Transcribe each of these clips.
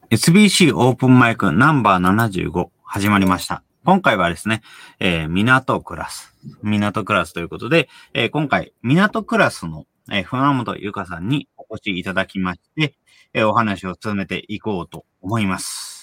SBC オープンマイクナンバー75始まりました。今回はですね、港クラスということで、今回、港クラスの、船本ゆかさんにお越しいただきまして、お話を進めていこうと思います。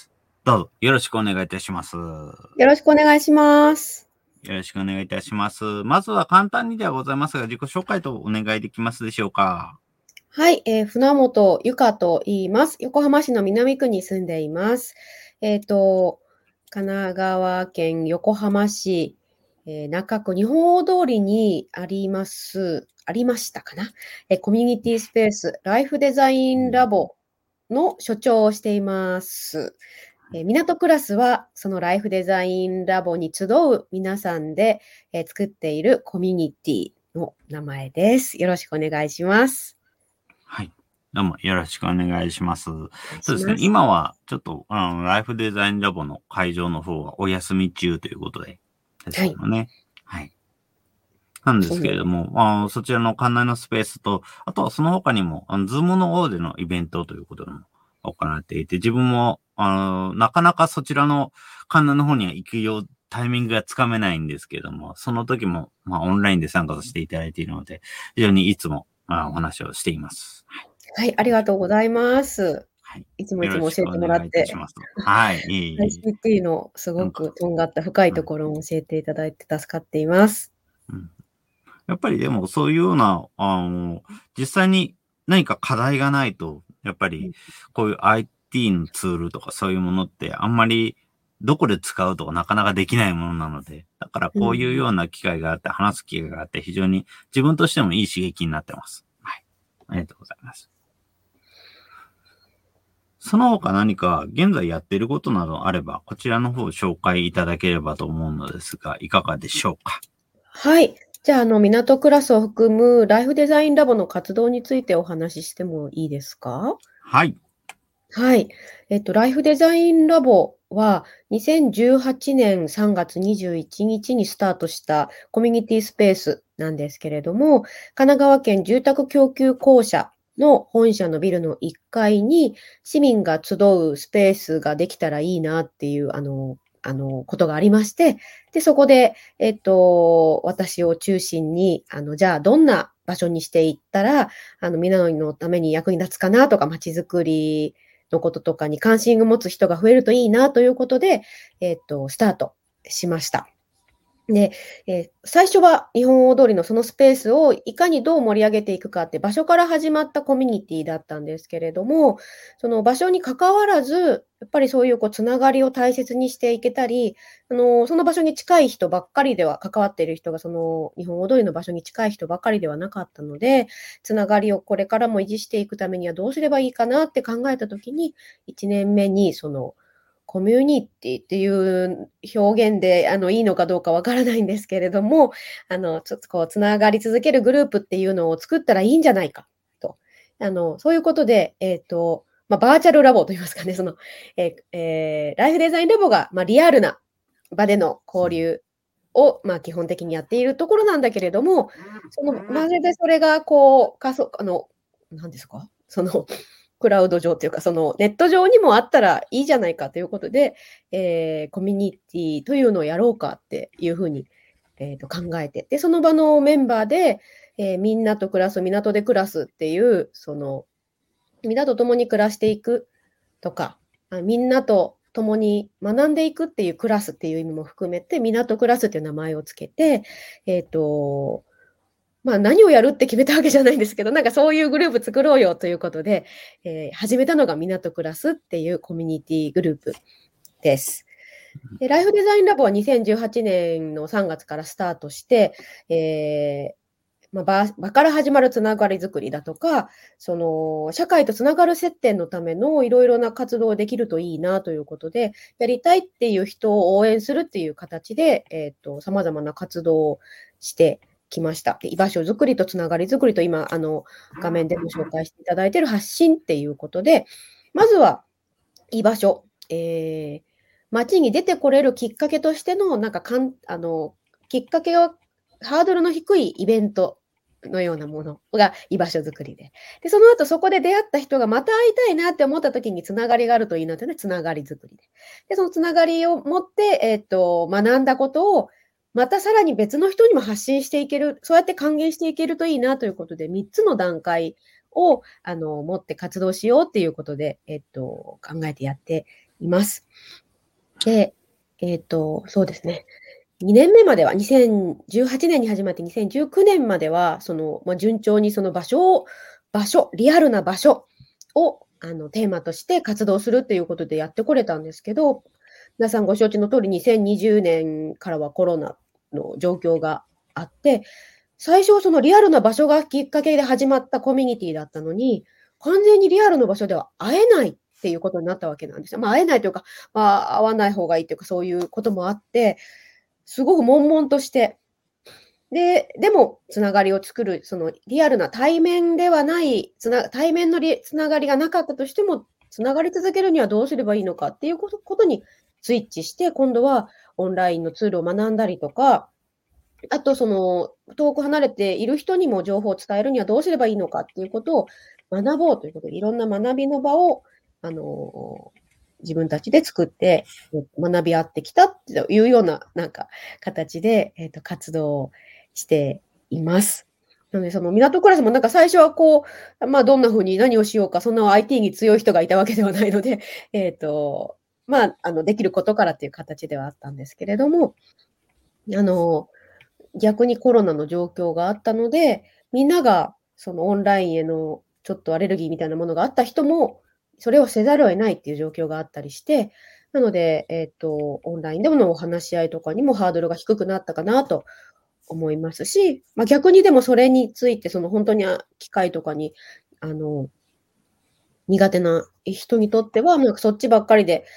どうぞよろしくお願いいたします。 よろしくお願いします。 よろしくお願いいたします。まずは簡単にではございますが、自己紹介とお願いできますでしょうか。 はい、船本ゆかと言います。横浜市の南区に住んでいます。神奈川県横浜市、中区日本大通りにありましたかな。コミュニティスペースライフデザインラボの所長をしています。港クラスはそのライフデザインラボに集う皆さんで、作っているコミュニティの名前です。よろしくお願いします。 はい。どうもよろしくお願いします。そうですね。今はちょっと、ライフデザインラボの会場の方はお休み中ということで、ですよね。はい。なんですけれども、そちらの館内のスペースと、あとはその他にも、ズームの方でのイベントということも行っていて、自分も、なかなかそちらの館内の方には行くよう、タイミングがつかめないんですけれども、その時も、オンラインで参加させていただいているので、非常にいつも、お話をしています。 はい、ありがとうございます。 はい。 いつも教えてもらって。 はい。 ICT のすごくとんがった深いところを教えていただいて助かっています。 やっぱりでもそういうような、実際に何か課題がないと、やっぱりこういう IT のツールとかそういうものってあんまりどこで使うとかなかなかできないものなので、だからこういうような機会があって、話す機会があって、非常に自分としてもいい刺激になってます。はい。ありがとうございます。その他何か現在やっていることなどあれば、こちらの方を紹介いただければと思うのですが、いかがでしょうか。 はい。じゃあ、港クラスを含むライフデザインラボの活動についてお話ししてもいいですか？ はい。 はい。ライフデザインラボは、2018年3月21日にスタートしたコミュニティスペースなんですけれども、神奈川県住宅供給公社の本社のビルの1階に市民が集うスペースができたらいいなっていう、ことがありまして、で、そこで、私を中心に、じゃあどんな場所にしていったら、皆のために役に立つかなとか、まちづくりのこととかに関心を持つ人が増えるといいなということで、スタートしました。で、最初は日本大通りのそのスペースをいかにどう盛り上げていくかって場所から始まったコミュニティだったんですけれども、その場所に関わらず、やっぱりそういうつながりを大切にしていけたり、その場所に近い人ばっかりでは関わっている人がその日本大通りの場所に近い人ばっかりではなかったので、つながりをこれからも維持していくためにはどうすればいいかなって考えたときに、1年目にそのコミュニティっていう表現でいいのかどうかわからないんですけれども、ちょっとつながり続けるグループっていうのを作ったらいいんじゃないかと。そういうことで、バーチャルラボといいますかね、その、ライフデザインラボが、リアルな場での交流を、基本的にやっているところなんだけれども、なぜでそれが何ですか？クラウド上というか、そのネット上にもあったらいいじゃないかということで、コミュニティというのをやろうかっていうふうに、考えて、で、その場のメンバーで、みんなと暮らす、港で暮らすっていう、みんなと共に暮らしていくとか、みんなと共に学んでいくっていうクラスっていう意味も含めて、港クラスっていう名前をつけて、何をやるって決めたわけじゃないんですけど、なんかそういうグループ作ろうよということで、始めたのが港クラスっていうコミュニティグループです。で、ライフデザインラボは2018年の3月からスタートして、場から始まるつながりづくりだとか、社会とつながる接点のためのいろいろな活動をできるといいなということで、やりたいっていう人を応援するっていう形で、様々な活動をしてきました。で、居場所づくりとつながりづくりと今、画面でも紹介していただいている発信っていうことで、まずは居場所、街に出てこれるきっかけとしての、きっかけはハードルの低いイベントのようなものが居場所づくりで。で、その後そこで出会った人がまた会いたいなって思った時につながりがあるといいなっていうので、つながりづくりで。で、そのつながりを持って、学んだことを、またさらに別の人にも発信していける、そうやって還元していけるといいなということで、3つの段階を、持って活動しようっていうことで、考えてやっています。で、そうですね。2年目までは、2018年に始まって2019年までは、順調にそのリアルな場所を、テーマとして活動するっていうことでやってこれたんですけど、皆さんご承知の通り、2020年からはコロナの状況があって、最初そのリアルな場所がきっかけで始まったコミュニティだったのに、完全にリアルの場所では会えないっていうことになったわけなんですよ。会えないというか、会わない方がいいというか、そういうこともあって、すごく悶々として、でもつながりを作る、そのリアルな対面ではない、対面のつながりがなかったとしても、つながり続けるにはどうすればいいのかっていうことにスイッチして、今度はオンラインのツールを学んだりとか、あと遠く離れている人にも情報を伝えるにはどうすればいいのかっていうことを学ぼうということで、いろんな学びの場を、自分たちで作って、学び合ってきたっていうような、形で、活動をしています。なので、その港クラスも最初はどんな風に何をしようか、そんな IT に強い人がいたわけではないので、できることからっていう形ではあったんですけれども、逆にコロナの状況があったので、みんながそのオンラインへのちょっとアレルギーみたいなものがあった人も、それをせざるを得ないっていう状況があったりして、なので、オンラインでのお話し合いとかにもハードルが低くなったかなと思いますし、逆にでもそれについて、本当に機械とかに、苦手な人にとっては、そっちばっかりで、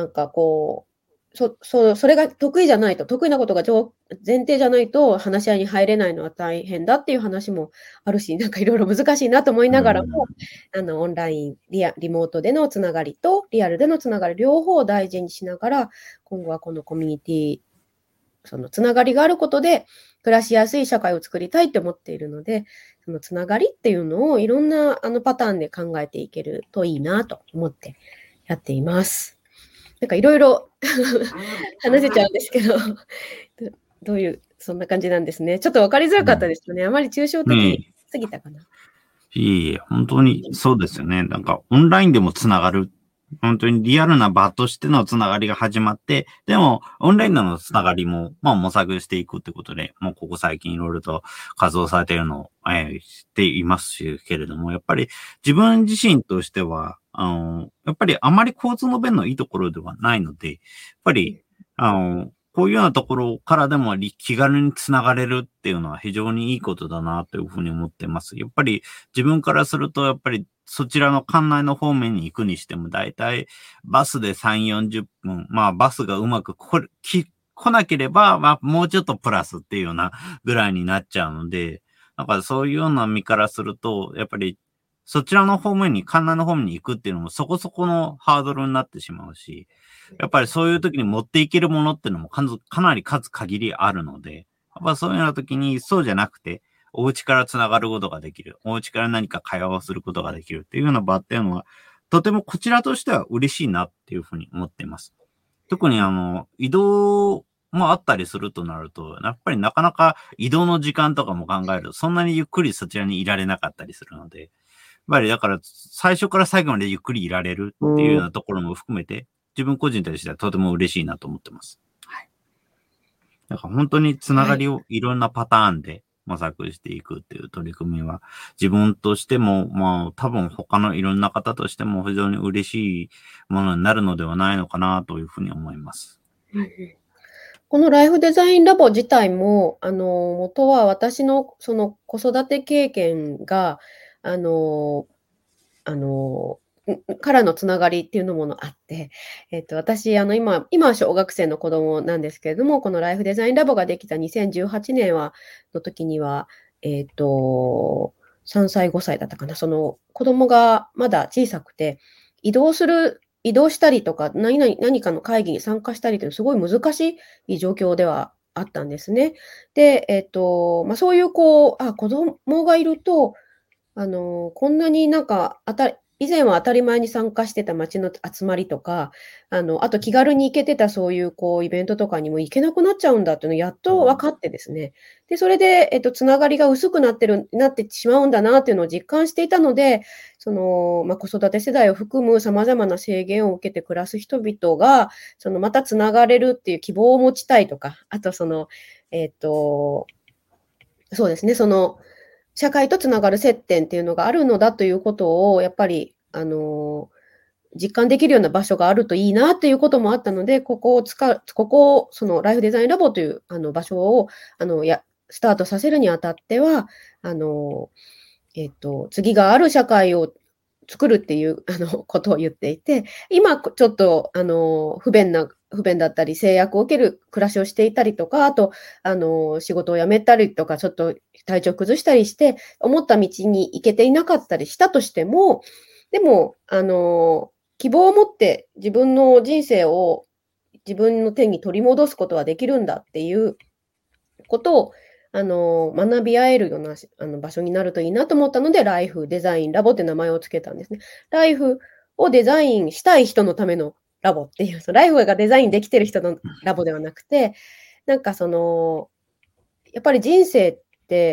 それが得意じゃないと、得意なことが前提じゃないと、話し合いに入れないのは大変だっていう話もあるし、いろいろ難しいなと思いながらも、オンライン、リモートでのつながりと、リアルでのつながり、両方を大事にしながら、今後はこのコミュニティ、そのつながりがあることで、暮らしやすい社会を作りたいって思っているので、そのつながりっていうのをいろんなパターンで考えていけるといいなと思ってやっています。いろいろ話せちゃうんですけど、どういう、そんな感じなんですね。ちょっと分かりづらかったですよね。あまり抽象的すぎたかな。 いえ、本当にそうですよね。オンラインでもつながる。本当にリアルな場としてのつながりが始まって、でも、オンラインでのつながりも、模索していくってことで、もうここ最近いろいろと活動されているのを、知っていますけれども、やっぱり自分自身としては、やっぱりあまり交通の便のいいところではないので、やっぱり、こういうようなところからでも気軽につながれるっていうのは非常にいいことだなというふうに思ってます。やっぱり自分からすると、やっぱりそちらの館内の方面に行くにしても、だいたいバスで3、40分、バスがうまく来なければ、もうちょっとプラスっていうようなぐらいになっちゃうので、そういうような身からすると、やっぱりそちらの方面に、館内の方面に行くっていうのもそこそこのハードルになってしまうし、やっぱりそういう時に持っていけるものっていうのもかなり数限りあるので、やっぱそういうような時にそうじゃなくて、お家からつながることができる。お家から何か会話をすることができるっていうような場っていうのは、とてもこちらとしては嬉しいなっていうふうに思っています。特に移動もあったりするとなると、やっぱりなかなか移動の時間とかも考えると、そんなにゆっくりそちらにいられなかったりするので、やっぱりだから最初から最後までゆっくりいられるっていうようなところも含めて、自分個人としてはとても嬉しいなと思ってます。はい。だから本当につながりをいろんなパターンで模索していくっていう取り組みは、自分としても、多分他のいろんな方としても非常に嬉しいものになるのではないのかなというふうに思います。 このライフデザインラボ自体も、元は私のその子育て経験が、からのつながりっていうのもあって、私、今は小学生の子供なんですけれども、このライフデザインラボができた2018年の時には、3歳、5歳だったかな。その子供がまだ小さくて、移動したりとか、何かの会議に参加したりというすごい難しい状況ではあったんですね。で、そういう子供がいると、こんなになんか、以前は当たり前に参加してた街の集まりとか、あと気軽に行けてたそういうこうイベントとかにも行けなくなっちゃうんだっていうのをやっと分かってですね。で、それで、つながりが薄くなってしまうんだなっていうのを実感していたので、子育て世代を含む様々な制限を受けて暮らす人々が、またつながれるっていう希望を持ちたいとか、あとえっと、そうですね、社会とつながる接点っていうのがあるのだということをやっぱり、実感できるような場所があるといいなっていうこともあったので、ここをライフデザインラボという場所をスタートさせるにあたっては、あの、次がある社会を作るっていうことを言っていて、今ちょっと不便だったり、制約を受ける暮らしをしていたりとか、あと仕事を辞めたりとか、ちょっと体調崩したりして、思った道に行けていなかったりしたとしても、でも希望を持って自分の人生を自分の手に取り戻すことはできるんだっていうことを、学び合えるような場所になるといいなと思ったので、ライフデザインラボって名前を付けたんですね。ライフをデザインしたい人のためのラボっていう、ライフがデザインできてる人のラボではなくて、なんかやっぱり人生って、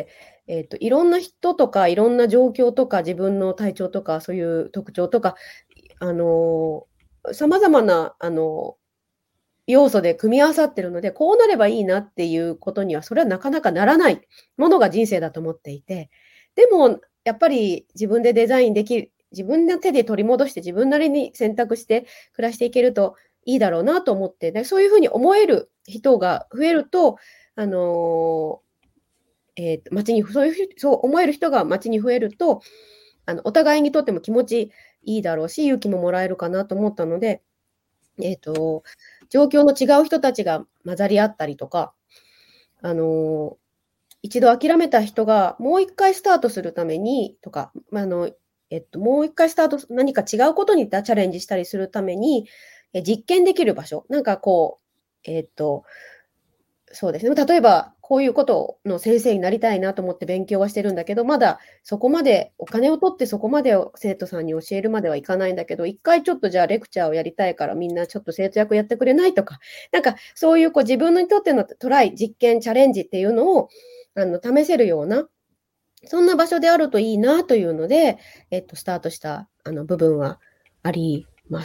いろんな人とか、いろんな状況とか、自分の体調とか、そういう特徴とか、様々な要素で組み合わさってるので、こうなればいいなっていうことには、それはなかなかならないものが人生だと思っていて、でもやっぱり自分の手で取り戻して自分なりに選択して暮らしていけるといいだろうなと思って、で、そういう風に思える人が増えると、あの、そう思える人が街に増えると、お互いにとっても気持ちいいだろうし、勇気ももらえるかなと思ったので、えっと、状況の違う人たちが混ざり合ったりとか、あの、一度諦めた人がもう一回スタートするためにとか、もう一回何か違うことにチャレンジしたりするために、実験できる場所、なんかこう、そうですね。例えば、こういうことの先生になりたいなと思って勉強はしてるんだけど、まだそこまでお金を取ってそこまでを生徒さんに教えるまではいかないんだけど、一回ちょっとじゃあレクチャーをやりたいからみんなちょっと生徒役やってくれないとか、なんかそういう自分にとってのトライ、実験、チャレンジっていうのを試せるような、そんな場所であるといいなというので、スタートした部分はあります。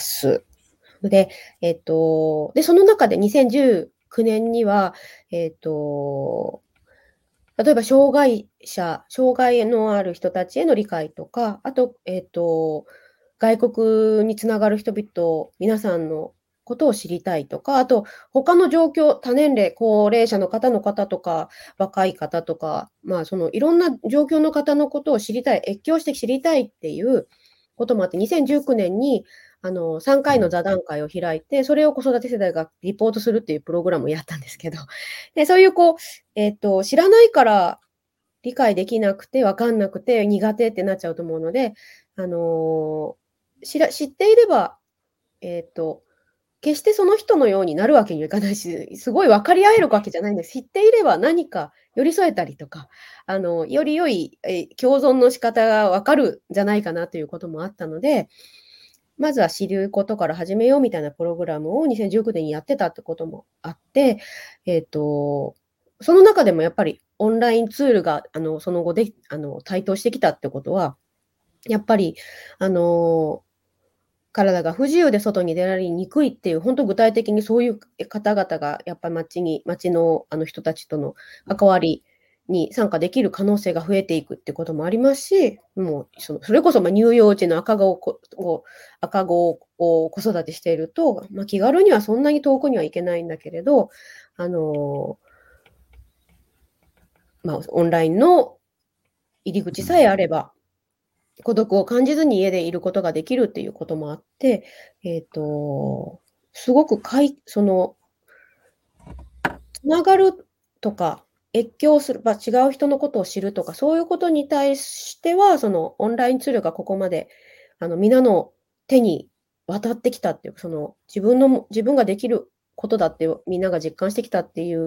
で、その中で2019年には、えっと、例えば障害のある人たちへの理解とか、あと、外国につながる人々、皆さんのことを知りたいとか、あと他の状況、多年齢、高齢者の方とか、若い方とか、いろんな状況の方のことを知りたい、越境して知りたいっていうこともあって、2019年に3回の座談会を開いて、それを子育て世代がリポートするっていうプログラムをやったんですけど、で、そういう知らないから理解できなくて、分かんなくて、苦手ってなっちゃうと思うので、あの、知っていれば、えっと、決してその人のようになるわけにはいかないし、すごい分かり合えるわけじゃないんです。知っていれば何か寄り添えたりとか、より良い、共存の仕方が分かるんじゃないかなということもあったので、まずは知ることから始めようみたいなプログラムを2019年にやってたってこともあって、その中でもやっぱりオンラインツールが、その後で、台頭してきたってことは、やっぱり、あの、体が不自由で外に出られにくいっていう、本当具体的にそういう方々がやっぱ街の人たちとの関わりに参加できる可能性が増えていくってこともありますし、もうそれこそ、乳幼児の赤子を子育てしていると、気軽にはそんなに遠くには行けないんだけれど、オンラインの入り口さえあれば孤独を感じずに家でいることができるっていうこともあって、すごくつながるとか、越境する、違う人のことを知るとか、そういうことに対しては、オンラインツールがここまで、皆の手に渡ってきたっていう、自分ができることだってみんなが実感してきたっていう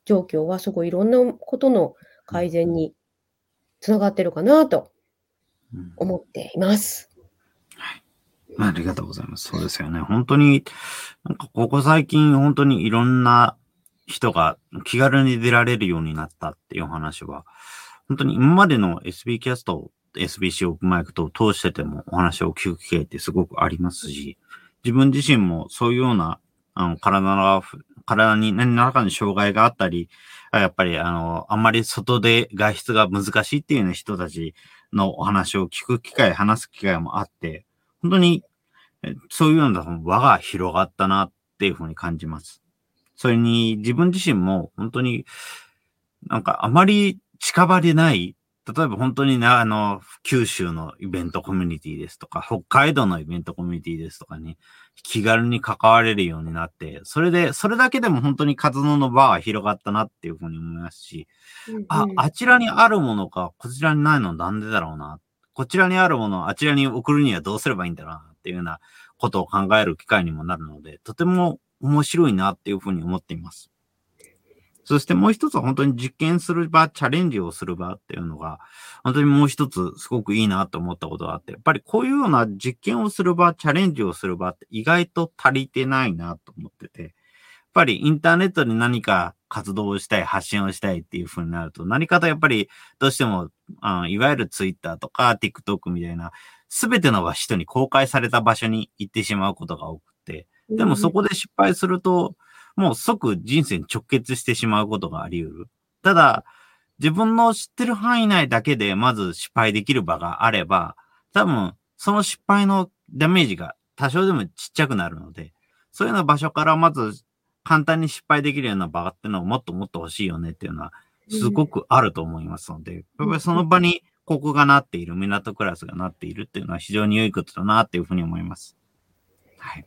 状況はすごいいろんなことの改善につながってるかなと思っています。 ありがとうございます。そうですよね。本当に、なんかここ最近本当にいろんな人が気軽に出られるようになったっていうお話は、本当に今までの SB キャスト、SBC オープンマイクと通しててもお話を聞く機会ってすごくありますし、自分自身もそういうような、体に何らかの障害があったり、やっぱりあんまり外で外出が難しいっていうような人たちのお話を聞く機会、話す機会もあって、本当にそういうような輪が広がったなっていうふうに感じます。それに自分自身も本当になんかあまり近場でない、例えば本当に九州のイベントコミュニティですとか、北海道のイベントコミュニティですとかに気軽に関われるようになって、それだけでも本当に活動の場が広がったなっていうふうに思いますし、あちらにあるものがこちらにないのなんでだろうな。こちらにあるものをあちらに送るにはどうすればいいんだろうなっていうようなことを考える機会にもなるので、とても面白いなっていうふうに思っています。そしてもう一つは本当に実験する場、チャレンジをする場っていうのが、本当にもう一つすごくいいなと思ったことがあって、やっぱりこういうような実験をする場、チャレンジをする場って意外と足りてないなと思ってて、やっぱりインターネットで何か活動をしたい、発信をしたいっていう風になると、何かとやっぱりどうしても、いわゆるツイッターとか TikTok みたいな、すべての人に公開された場所に行ってしまうことが多くて、でもそこで失敗すると、もう即人生に直結してしまうことがあり得る。ただ、自分の知ってる範囲内だけでまず失敗できる場があれば、多分その失敗のダメージが多少でもちっちゃくなるので、そういうような場所からまず簡単に失敗できるような場っていうのをもっともっと欲しいよねっていうのはすごくあると思いますので、やっぱりその場にここがなっている、港クラスがなっているっていうのは非常に良いことだなっていうふうに思います。はい。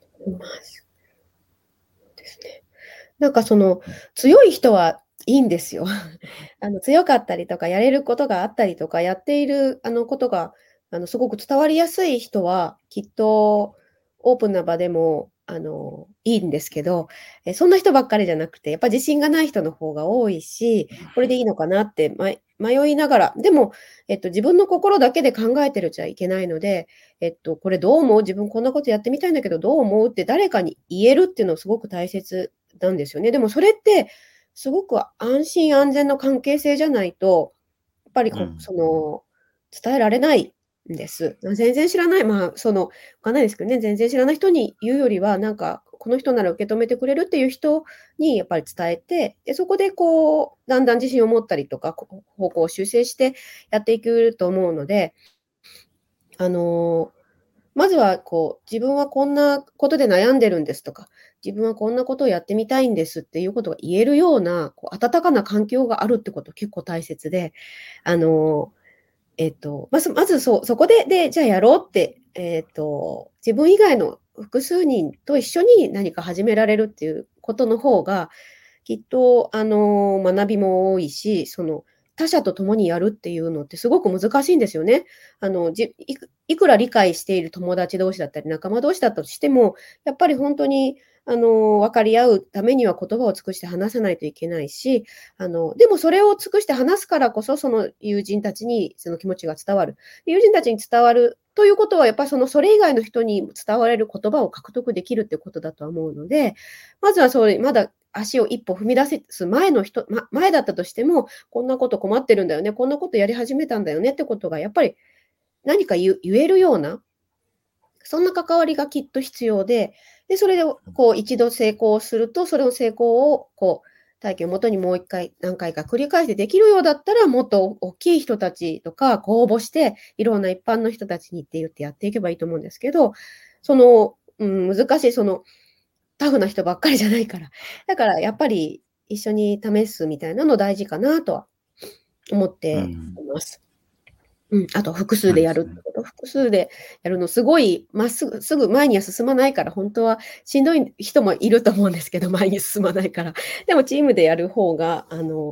ですね。なんか強い人はいいんですよ。強かったりとか、やれることがあったりとか、やっていることが、すごく伝わりやすい人は、きっとオープンな場でも、いいんですけど、そんな人ばっかりじゃなくて、やっぱ自信がない人の方が多いし、これでいいのかなって、迷いながら、でも、自分の心だけで考えてるじゃいけないので、これどう思う？自分こんなことやってみたいんだけど、どう思う？って誰かに言えるっていうのはすごく大切なんですよね。でもそれって、すごく安心安全の関係性じゃないと、やっぱり伝えられないんです。全然知らない、わかんないですけどね、全然知らない人に言うよりは、なんか、この人なら受け止めてくれるっていう人にやっぱり伝えて、で、そこでだんだん自信を持ったりとか、方向を修正してやっていくと思うので、あのまずは自分はこんなことで悩んでるんですとか、自分はこんなことをやってみたいんですっていうことが言えるような、温かな環境があるってこと結構大切で、あの、まずそこで、じゃあやろうって、自分以外の複数人と一緒に何か始められるっていうことの方が、きっと学びも多いし、他者と共にやるっていうのってすごく難しいんですよね。いくら理解している友達同士だったり、仲間同士だったとしても、やっぱり本当に分かり合うためには言葉を尽くして話さないといけないし、でもそれを尽くして話すからこそ、その友人たちにその気持ちが伝わる。友人たちに伝わるということは、やっぱりそれ以外の人に伝われる言葉を獲得できるってことだとは思うので、まずはまだ足を一歩踏み出す前だったとしても、こんなこと困ってるんだよね、こんなことやり始めたんだよねってことがやっぱり何か言えるような、そんな関わりがきっと必要で、それで一度成功すると、それの成功を体験をもとにもう一回何回か繰り返してできるようだったら、もっと大きい人たちとか応募して、いろんな一般の人たちにって言ってやっていけばいいと思うんですけど、難しいタフな人ばっかりじゃないから。だからやっぱり一緒に試すみたいなの大事かなとは思っています。あと複数でやるってこと。複数でやるのすごいすぐ前には進まないから、本当はしんどい人もいると思うんですけど、前に進まないから。でもチームでやる方が、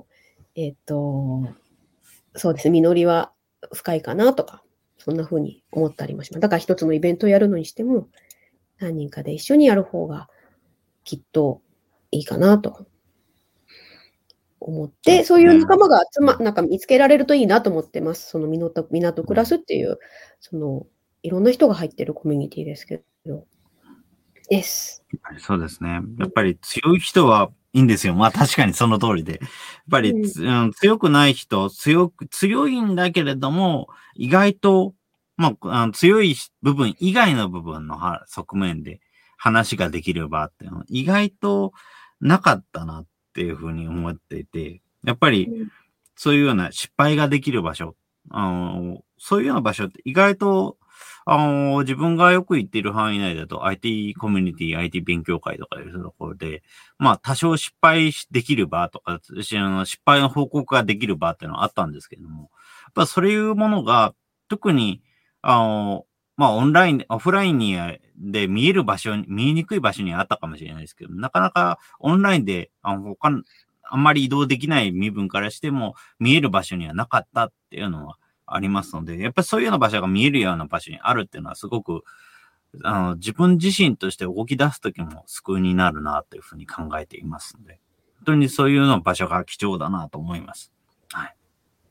そうですね、実りは深いかなとか、そんな風に思ったりもします。だから一つのイベントをやるのにしても、何人かで一緒にやる方がきっといいかなと思って、そういう仲間がなんか見つけられるといいなと思ってます。その港クラスっていう、いろんな人が入ってるコミュニティですけど。です。 そうですね。やっぱり強い人はいいんですよ。まあ確かにその通りで。やっぱり、強くない人、強いんだけれども、意外と、まあ、強い部分以外の部分の側面で話ができる場っていうのは意外となかったなっていうふうに思っていて、やっぱりそういうような失敗ができる場所、そういうような場所って意外と自分がよく行っている範囲内だと IT コミュニティ、IT 勉強会とかいうところで、まあ多少失敗できる場とか、失敗の報告ができる場っていうのはあったんですけれども、やっぱそういうものが特に、まあオフラインで見えにくい場所にあったかもしれないですけど、なかなかオンラインで、あんまり移動できない身分からしても見える場所にはなかったっていうのはありますので、やっぱりそういうような場所が見えるような場所にあるっていうのはすごく、自分自身として動き出すときも救いになるなというふうに考えていますので、本当にそういうような場所が貴重だなと思います。はい。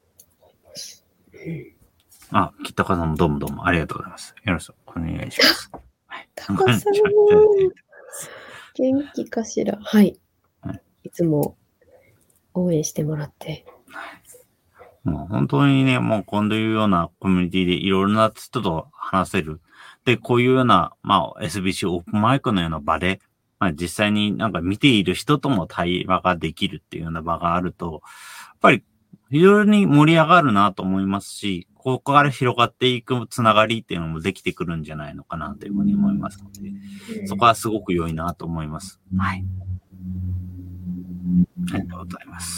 北川さんもどうもありがとうございます。よろしくお願いします。 はい。高さん、元気かしら。はい。いつも応援してもらって。 もう本当にね、もうこういうようなコミュニティでいろいろな人と話せる。で、こういうような、まあ SBC オープンマイクのような場で、まあ実際になんか見ている人とも対話ができるっていうような場があると、やっぱり非常に盛り上がるなと思いますし、ここから広がっていくつながりっていうのもできてくるんじゃないのかなというふうに思いますので、そこはすごく良いなと思います。はい。ありがとうございます。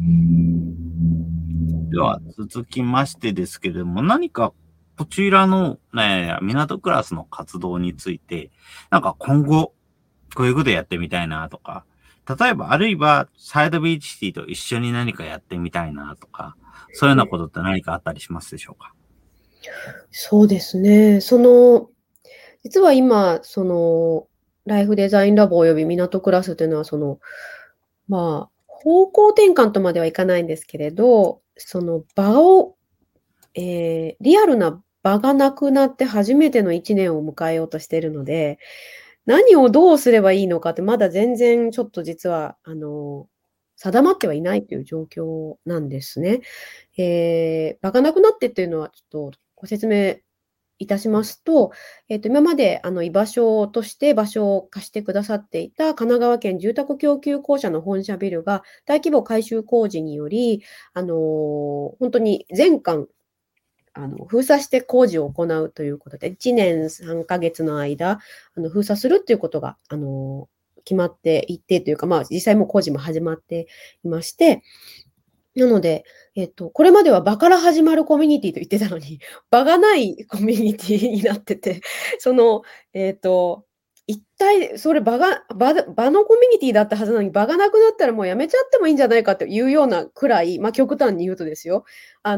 では、続きましてですけれども、何かこちらの、港クラスの活動について、なんか今後、こういうことやってみたいなとか、例えば、あるいは、サイドビーチシティと一緒に何かやってみたいなとか、そういうようなことって何かあったりしますでしょうか？ そうですね。実は今、ライフデザインラボおよび港クラスというのは、まあ、方向転換とまではいかないんですけれど、場を、リアルな場がなくなって初めての1年を迎えようとしているので、何をどうすればいいのかって、まだ全然ちょっと実は、定まってはいないという状況なんですね。場がなくなってっていうのはちょっとご説明いたしますと、今まで居場所として場所を貸してくださっていた神奈川県住宅供給公社の本社ビルが大規模改修工事により、本当に全館封鎖して工事を行うということで、1年3ヶ月の間、封鎖するっていうことが、決まっていてというか、まあ、実際もう工事も始まっていまして、なので、これまでは場から始まるコミュニティと言ってたのに、場がないコミュニティになってて、その、一体それ場のコミュニティだったはずなのに、場がなくなったらもうやめちゃってもいいんじゃないかというようなくらい、ま、極端に言うとですよ。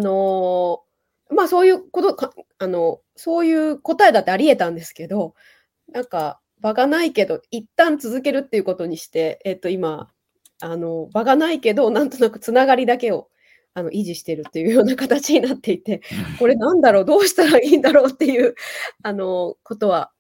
そういうことそういう答えだってあり得たんですけど、なんか場がないけど、一旦続けるっていうことにして、今場がないけど、なんとなくつながりだけを、維持してるっていうような形になっていて、これなんだろう、どうしたらいいんだろうっていう、ことは、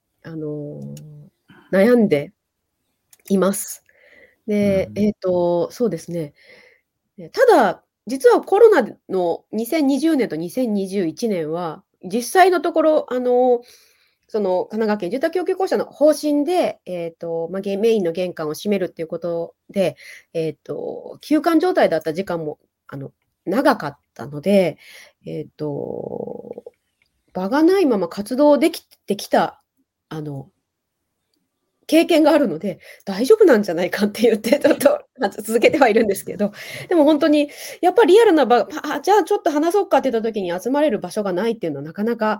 悩んでいます。で、そうですね。ただ、実はコロナの2020年と2021年は、実際のところ、神奈川県住宅供給公社の方針で、メインの玄関を閉めるっていうことで、休館状態だった時間も、長かったので、場がないまま活動できてきた、あの、経験があるので、大丈夫なんじゃないかって言って、ちょっと、続けてはいるんですけど、でもほんとにやっぱリアルな場じゃあちょっと話そうかって言った時に集まれる場所がないっていうのはなかなか、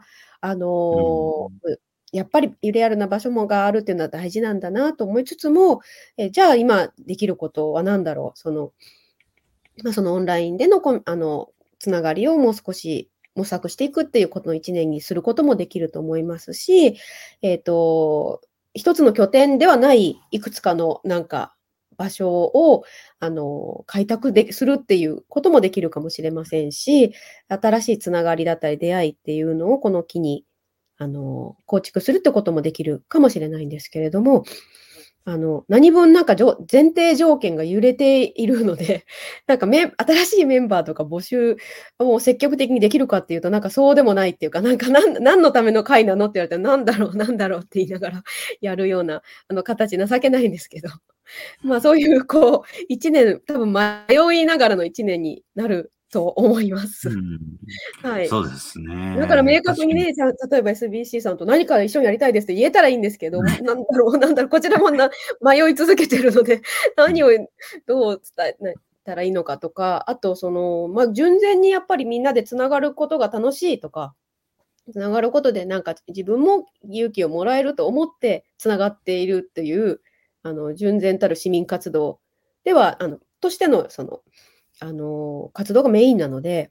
やっぱりリアルな場所があるっていうのは大事なんだなと思いつつも、じゃあ今できることは何だろう、そのオンラインでのつながりをもう少し模索していくっていうことの1年にすることもできると思いますし、一つの拠点ではないいくつかのなんか場所を、開拓するっていうこともできるかもしれませんし、新しいつながりだったり出会いっていうのをこの機に、構築するってこともできるかもしれないんですけれども、何分なんか前提条件が揺れているので、なんか新しいメンバーとか募集を積極的にできるかっていうと、なんかそうでもないっていうか、なんか何のための会なのって言われたら、なんだろうなんだろうって言いながらやるような、形情けないんですけど。まあ、そういうこう、1年、多分迷いながらの1年になると思います。 うん。 はい。 そうですだからね。 明確にね、例えば SBC さんと何か一緒にやりたいですって言えたらいいんですけど、 うんなんだろう、こちらも迷い続けてるので、何をどう伝えたらいいのかとか、あと純然にやっぱりみんなでつながることが楽しいとか、つながることでなんか自分も勇気をもらえると思ってつながっているっていう、純然たる市民活動では、としての活動がメインなので、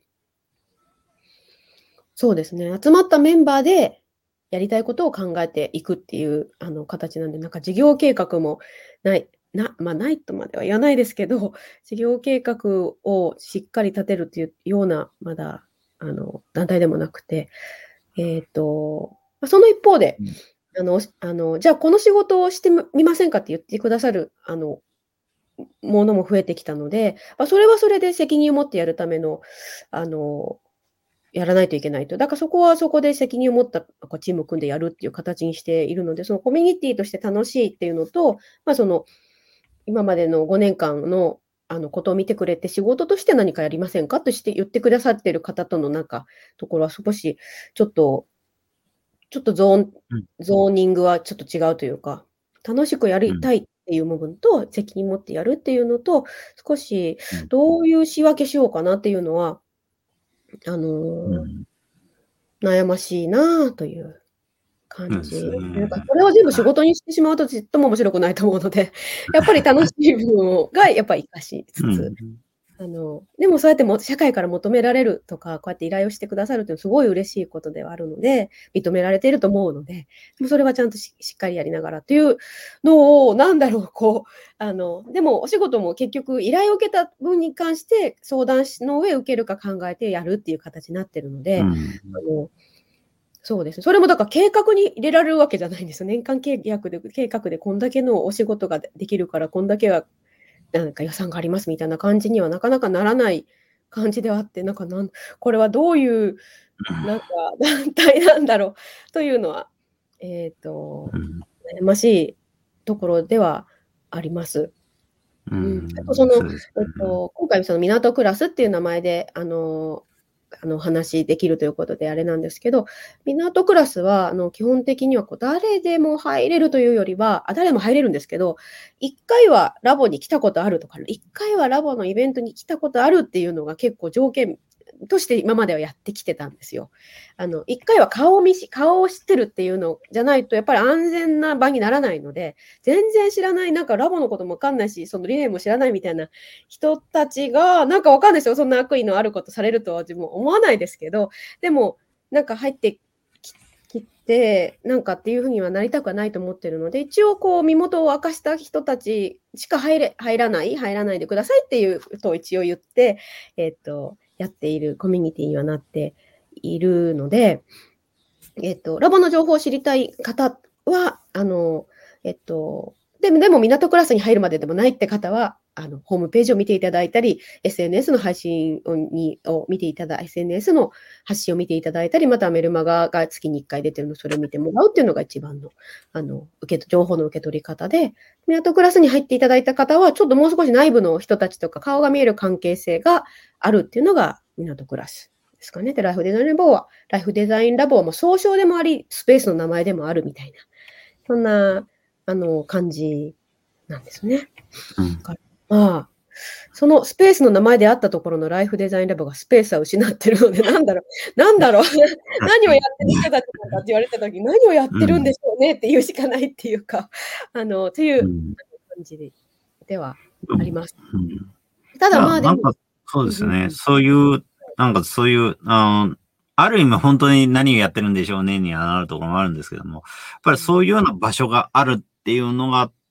そうですね。集まったメンバーでやりたいことを考えていくっていう、形なんで、なんか事業計画もないとまでは言わないですけど、事業計画をしっかり立てるっていうような、まだ、団体でもなくて、その一方で、 うん。 じゃあこの仕事をしてみませんかって言ってくださる、ものも増えてきたので、それはそれで責任を持ってやるための、あのやらないといけないと。だからそこはそこで責任を持ったチームを組んでやるっていう形にしているので、そのコミュニティとして楽しいっていうのと、今までの5年間のことを見てくれて、仕事として何かやりませんかとして言ってくださっている方とのところは少しちょっとちょっとうん。 ゾーニングはちょっと違うというか、楽しくやうん。 りたいっていう部分と、責任持ってやるっていうのと、少しうん。 どういう仕分けしようかなっていうのは、あの、 うん。 悩ましいなというそうです感じ。なんかね。 それを全部仕はい。 事にしてしまうとちっとも面白くないと思うので、やっぱり楽しい部分がやっぱり活かしつつ、 うん。 でもそうやって社会から求められるとか、こうやって依頼をしてくださるっていうのはすごい嬉しいことではあるので、認められていると思うので、でもそれはちゃんとしっかりやりながらっていうのを、でもお仕事も結局依頼を受けた分に関して相談の上受けるか考えてやるっていう形になってるので、 うん。 あの、そうですね。それもだから計画に入れられるわけじゃないんですよ。年間計画でこんだけのお仕事ができるから、こんだけはなんか予算がありますみたいな感じにはなかなかならない感じではあって、これはどういうなんか団体なんだろうというのは、 うん。 悩ましいところではあります。 ううん。あとん。そうですね。 今回その港クラスっていう名前で、お話しできるということであれなんですけど、港クラスは、基本的にはこう誰でも入れるというよりは、誰も入れるんですけど、1回はラボに来たことあるとか、1回はラボのイベントに来たことあるっていうのが結構条件として今まではやってきてたんですよ。1回は顔を知ってるっていうのじゃないと、やっぱり安全な場にならないので、全然知らない、なんかラボのこともわかんないし、その理念も知らないみたいな人たちが、なんかわかんないですよ。そんな悪意のあることされるとは自分思わないですけど、でも、なんか入ってきて、なんかっていうふうにはなりたくはないと思ってるので、一応こう身元を明かした人たちしか入らないでくださいっていうことを一応言って、やっているコミュニティにはなっているので、ラボの情報を知りたい方は、でも港クラスに入るまででもないって方は、ホームページを見ていただいたり、SNS の配信を見ていただい SNS の発信を見ていただいたり、またはメルマガが月に1回出てるので、それを見てもらうっていうのが一番の、情報の受け取り方で、港クラスに入っていただいた方は、ちょっともう少し内部の人たちとか顔が見える関係性があるっていうのが港クラスですかね。で、ライフデザインラボはもう総称でもあり、スペースの名前でもあるみたいな、そんな、感じなんですね。 うん。 だからまあ、そのスペースの名前であったところのライフデザインラボがスペースは失ってるので、なんだろう、何をやってる人たちなんだって言われた時に、何をやってるんでしょうねっていうしかないっていうか、っていううん。 感じではうん。 あります。 うん。いただ、 や、 でもそうですね。 うんうんうん。 そういう、ある意味本当に何をやってるんでしょうねにはなるところもあるんですけども、やっぱりそういうような場所があるっていうのがあっ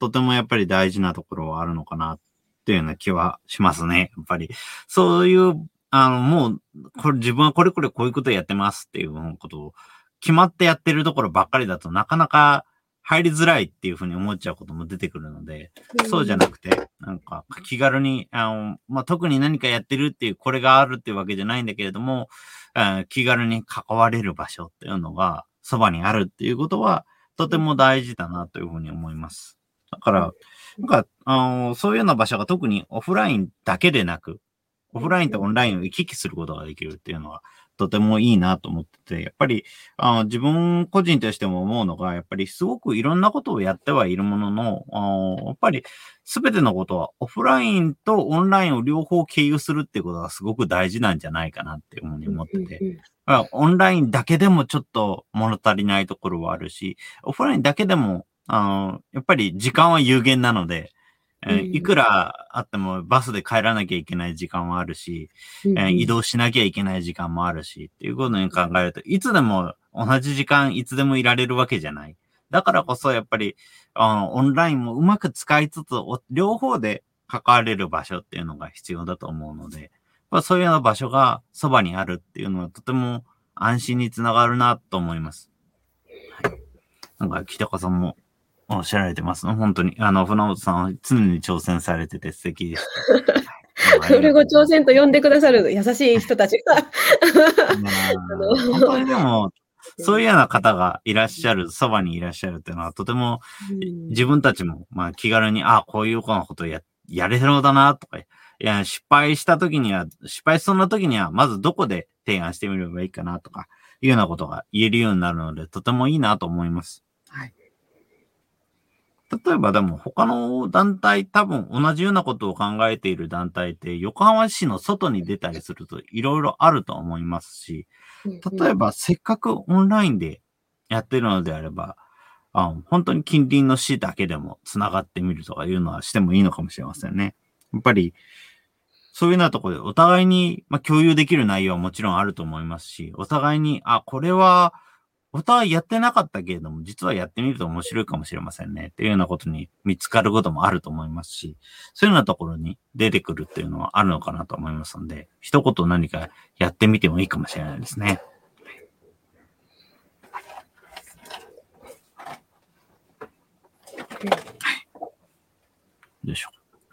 とてもやっぱり大事なところはあるのかなっていうような気はしますね。やっぱり。そういう、もう、自分はこれこれこういうことやってますっていうことを決まってやってるところばっかりだとなかなか入りづらいっていうふうに思っちゃうことも出てくるので、そうじゃなくて、なんか気軽に、特に何かやってるっていう、これがあるっていうわけじゃないんだけれども、気軽に関われる場所っていうのがそばにあるっていうことは、とても大事だなというふうに思います。だから、そういうような場所が特にオフラインだけでなく、オフラインとオンラインを行き来することができるっていうのは、とてもいいなと思ってて、やっぱり、自分個人としても思うのが、やっぱりすごくいろんなことをやってはいるものの、やっぱりすべてのことはオフラインとオンラインを両方経由するっていうことがすごく大事なんじゃないかなっていうふうに思ってて、オンラインだけでもちょっと物足りないところはあるし、オフラインだけでも、やっぱり時間は有限なので、いくらあってもバスで帰らなきゃいけない時間はあるし、移動しなきゃいけない時間もあるし、っていうことに考えると、いつでも同じ時間いつでもいられるわけじゃない。だからこそやっぱり、オンラインもうまく使いつつ、両方で関われる場所っていうのが必要だと思うので、そういうような場所がそばにあるっていうのはとても安心につながるなと思います。はい。なんか、北川さんもおっしゃられてますね。本当に。船本さんは常に挑戦されてて素敵です。 それご挑戦と呼んでくださる優しい人たちが。 本当にでも、そういうような方がいらっしゃる、そばにいらっしゃるっていうのはとても、自分たちも、気軽に、こういうことをやれそうだな、とか、失敗しそうな時には、まずどこで提案してみればいいかな、とか、いうようなことが言えるようになるので、とてもいいなと思います。はい。例えばでも他の団体、多分同じようなことを考えている団体って横浜市の外に出たりするといろいろあると思いますし、例えばせっかくオンラインでやってるのであれば、本当に近隣の市だけでも繋がってみるとかいうのはしてもいいのかもしれませんね。やっぱり、そういうようなところでお互いに、共有できる内容はもちろんあると思いますし、お互いに、これはお互いやってなかったけれども、実はやってみると面白いかもしれませんね。っていうようなことに見つかることもあると思いますし、そういうようなところに出てくるっていうのはあるのかなと思いますので、一言何かやってみてもいいかもしれないですね。よいしょ。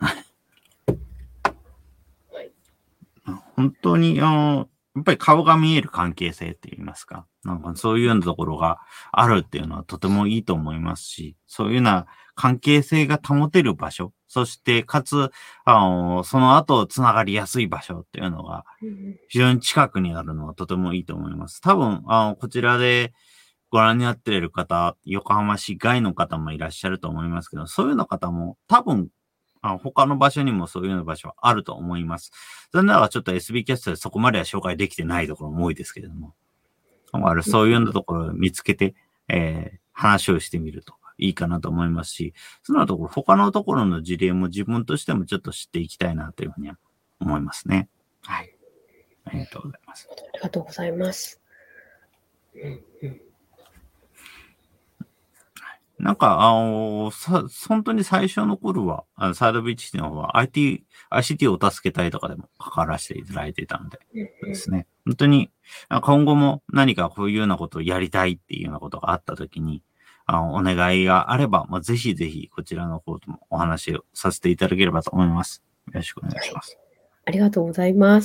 本当に、やっぱり顔が見える関係性って言いますか。なんかそういうようなところがあるっていうのはとてもいいと思いますし、そういうような関係性が保てる場所、そしてかつ、その後つながりやすい場所っていうのが非常に近くにあるのはとてもいいと思います。多分、こちらでご覧になっている方、横浜市外の方もいらっしゃると思いますけど、そういうような方も多分他の場所にもそういうような場所はあると思います。残念ながらちょっと SB キャストでそこまでは紹介できてないところも多いですけれども、そういうようなところを見つけて、話をしてみるといいかなと思いますし、そのところ、他のところの事例も自分としてもちょっと知っていきたいなというふうには思いますね。はい。ありがとうございます。 ありがとうございます。 なんか、本当に最初の頃は、サイドビーチの方は ICT を助けたいとかでも関わらせていただいていたので、ですね。本当に、今後も何かこういうようなことをやりたいっていうようなことがあったときに、お願いがあれば、ぜひぜひこちらの方ともお話をさせていただければと思います。よろしくお願いします。はい、 ありがとうございます。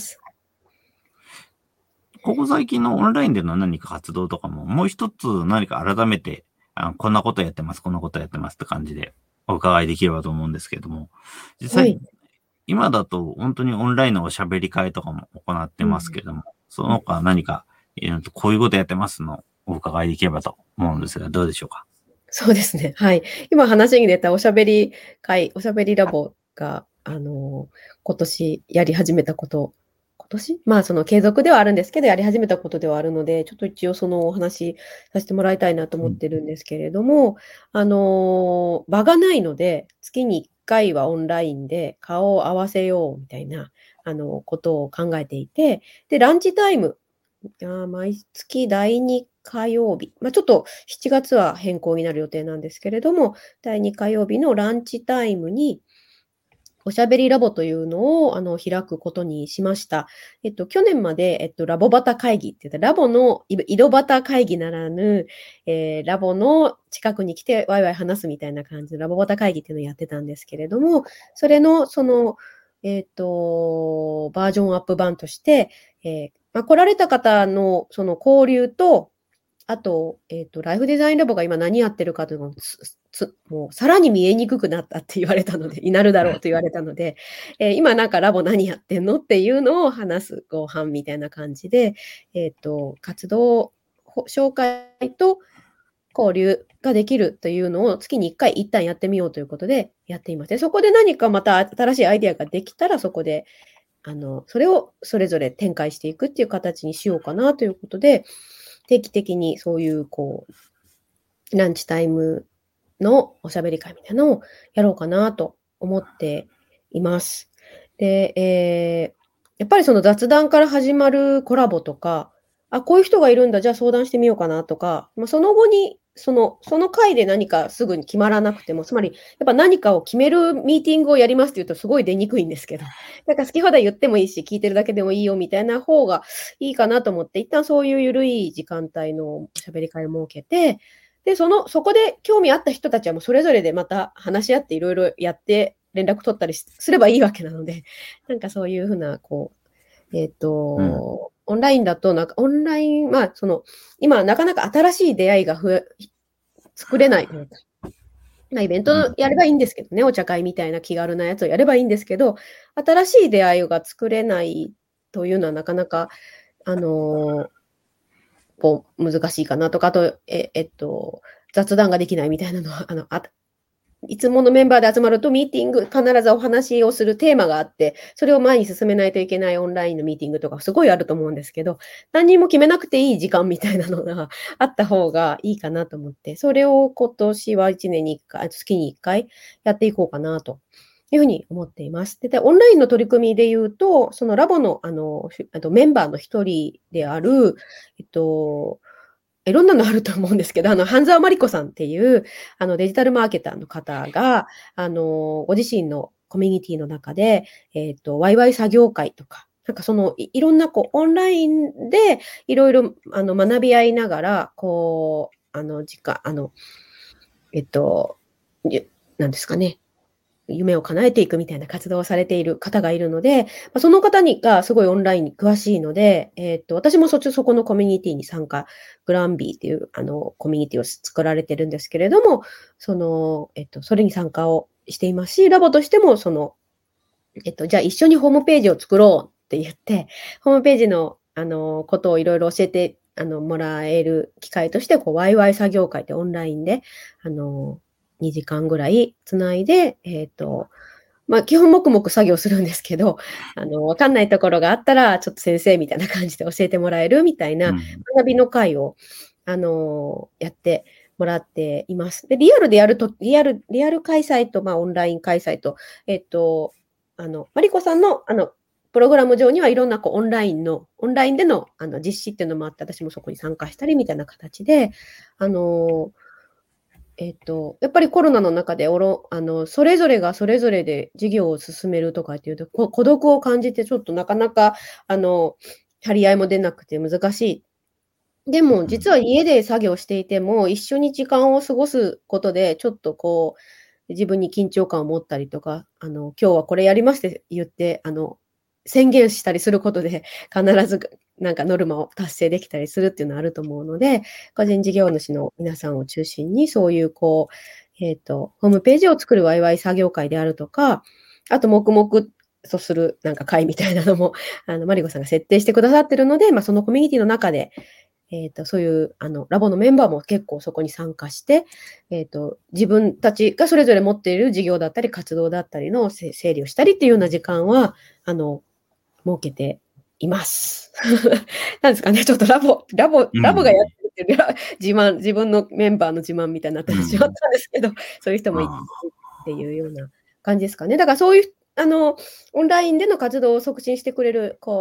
ここ最近のオンラインでの何か活動とかも、もう一つ何か改めて、こんなことやってます、こんなことやってますって感じでお伺いできればと思うんですけれども、実際、今だと本当にオンラインのおしゃべり会とかも行ってますけれども、その他何か、こういうことやってますのお伺いできればと思うんですが、どうでしょうか。 そうですね。はい。今話に出たおしゃべり会、おしゃべりラボが、今年やり始めたこと、今年その継続ではあるんですけど、やり始めたことではあるので、ちょっと一応そのお話させてもらいたいなと思ってるんですけれども、場がないので、月に1回はオンラインで顔を合わせようみたいな、ことを考えていて、で、ランチタイム毎月第2火曜日、ちょっと7月は変更になる予定なんですけれども、第2火曜日のランチタイムに、おしゃべりラボというのを開くことにしました。去年まで、ラボバタ会議って言ったラボの井戸端会議ならぬ、ラボの近くに来てワイワイ話すみたいな感じでラボバタ会議っていうのをやってたんですけれども、それのバージョンアップ版として、来られた方のその交流と、あと、ライフデザインラボが今何やってるかというのをもうさらに見えにくくなったって言われたので、になるだろうと言われたので、今なんかラボ何やってんのっていうのを話す後半みたいな感じで、活動紹介と交流ができるというのを月に1回一旦やってみようということでやっています。で、そこで何かまた新しいアイデアができたら、そこでそれをそれぞれ展開していくっていう形にしようかなということで、定期的にそういうランチタイムのおしゃべり会みたいなのをやろうかなと思っています。で、やっぱりその雑談から始まるコラボとか、こういう人がいるんだ、じゃあ相談してみようかなとか、その後にその回で何かすぐに決まらなくても、つまりやっぱ何かを決めるミーティングをやりますって言うとすごい出にくいんですけど、なんか好き放題言ってもいいし、聞いてるだけでもいいよみたいな方がいいかなと思って、一旦そういう緩い時間帯のおしゃべり会を設けて、で、そこで興味あった人たちはもうそれぞれでまた話し合っていろいろやって連絡取ったりすればいいわけなので、なんかそういうふうな、オンラインだと、なんかオンライン、今なかなか新しい出会いが作れないというか、イベントやればいいんですけどね、お茶会みたいな気軽なやつをやればいいんですけど、新しい出会いが作れないというのはなかなか、難しいかなとか、あと、雑談ができないみたいなのは、いつものメンバーで集まるとミーティング、必ずお話をするテーマがあって、それを前に進めないといけないオンラインのミーティングとかすごいあると思うんですけど、何にも決めなくていい時間みたいなのがあった方がいいかなと思って、それを今年は1年に1回、月に1回やっていこうかなというふうに思っています。で、オンラインの取り組みで言うと、そのラボのメンバーの一人である、いろんなのあると思うんですけど、半沢真理子さんっていう、デジタルマーケターの方が、ご自身のコミュニティの中で、ワイワイ作業会とか、なんかいろんなオンラインでいろいろ学び合いながら、なんですかね、夢を叶えていくみたいな活動をされている方がいるので、その方がすごいオンラインに詳しいので、私もそこのコミュニティに参加、グランビーっていうコミュニティを作られてるんですけれども、それに参加をしていますし、ラボとしてもじゃあ一緒にホームページを作ろうって言って、ホームページのことをいろいろ教えてもらえる機会として、ワイワイ作業会ってオンラインで2時間ぐらいつないで、基本黙々作業するんですけど、わかんないところがあったら、ちょっと先生みたいな感じで教えてもらえるみたいな学びの会を、やってもらっています。で、リアルでやると、リアル開催と、オンライン開催と、マリコさんの、プログラム上にはいろんなオンラインでの実施っていうのもあって、私もそこに参加したりみたいな形で、やっぱりコロナの中でそれぞれがそれぞれで事業を進めるとかっていうと、孤独を感じてちょっとなかなか、張り合いも出なくて難しい。でも、実は家で作業していても、一緒に時間を過ごすことで、ちょっと自分に緊張感を持ったりとか、今日はこれやりますって言って、宣言したりすることで、必ずなんかノルマを達成できたりするっていうのはあると思うので、個人事業主の皆さんを中心に、そういうホームページを作るワイワイ作業会であるとか、あと黙々とするなんか会みたいなのも、マリコさんが設定してくださってるので、そのコミュニティの中で、そういうラボのメンバーも結構そこに参加して、自分たちがそれぞれ持っている事業だったり活動だったりの整理をしたりっていうような時間は設けています。なんですかね、ちょっとラボがやってる自分のメンバーの自慢みたいになってしまったんですけど、そういう人もいてっていうような感じですかね。だからそういうオンラインでの活動を促進してくれる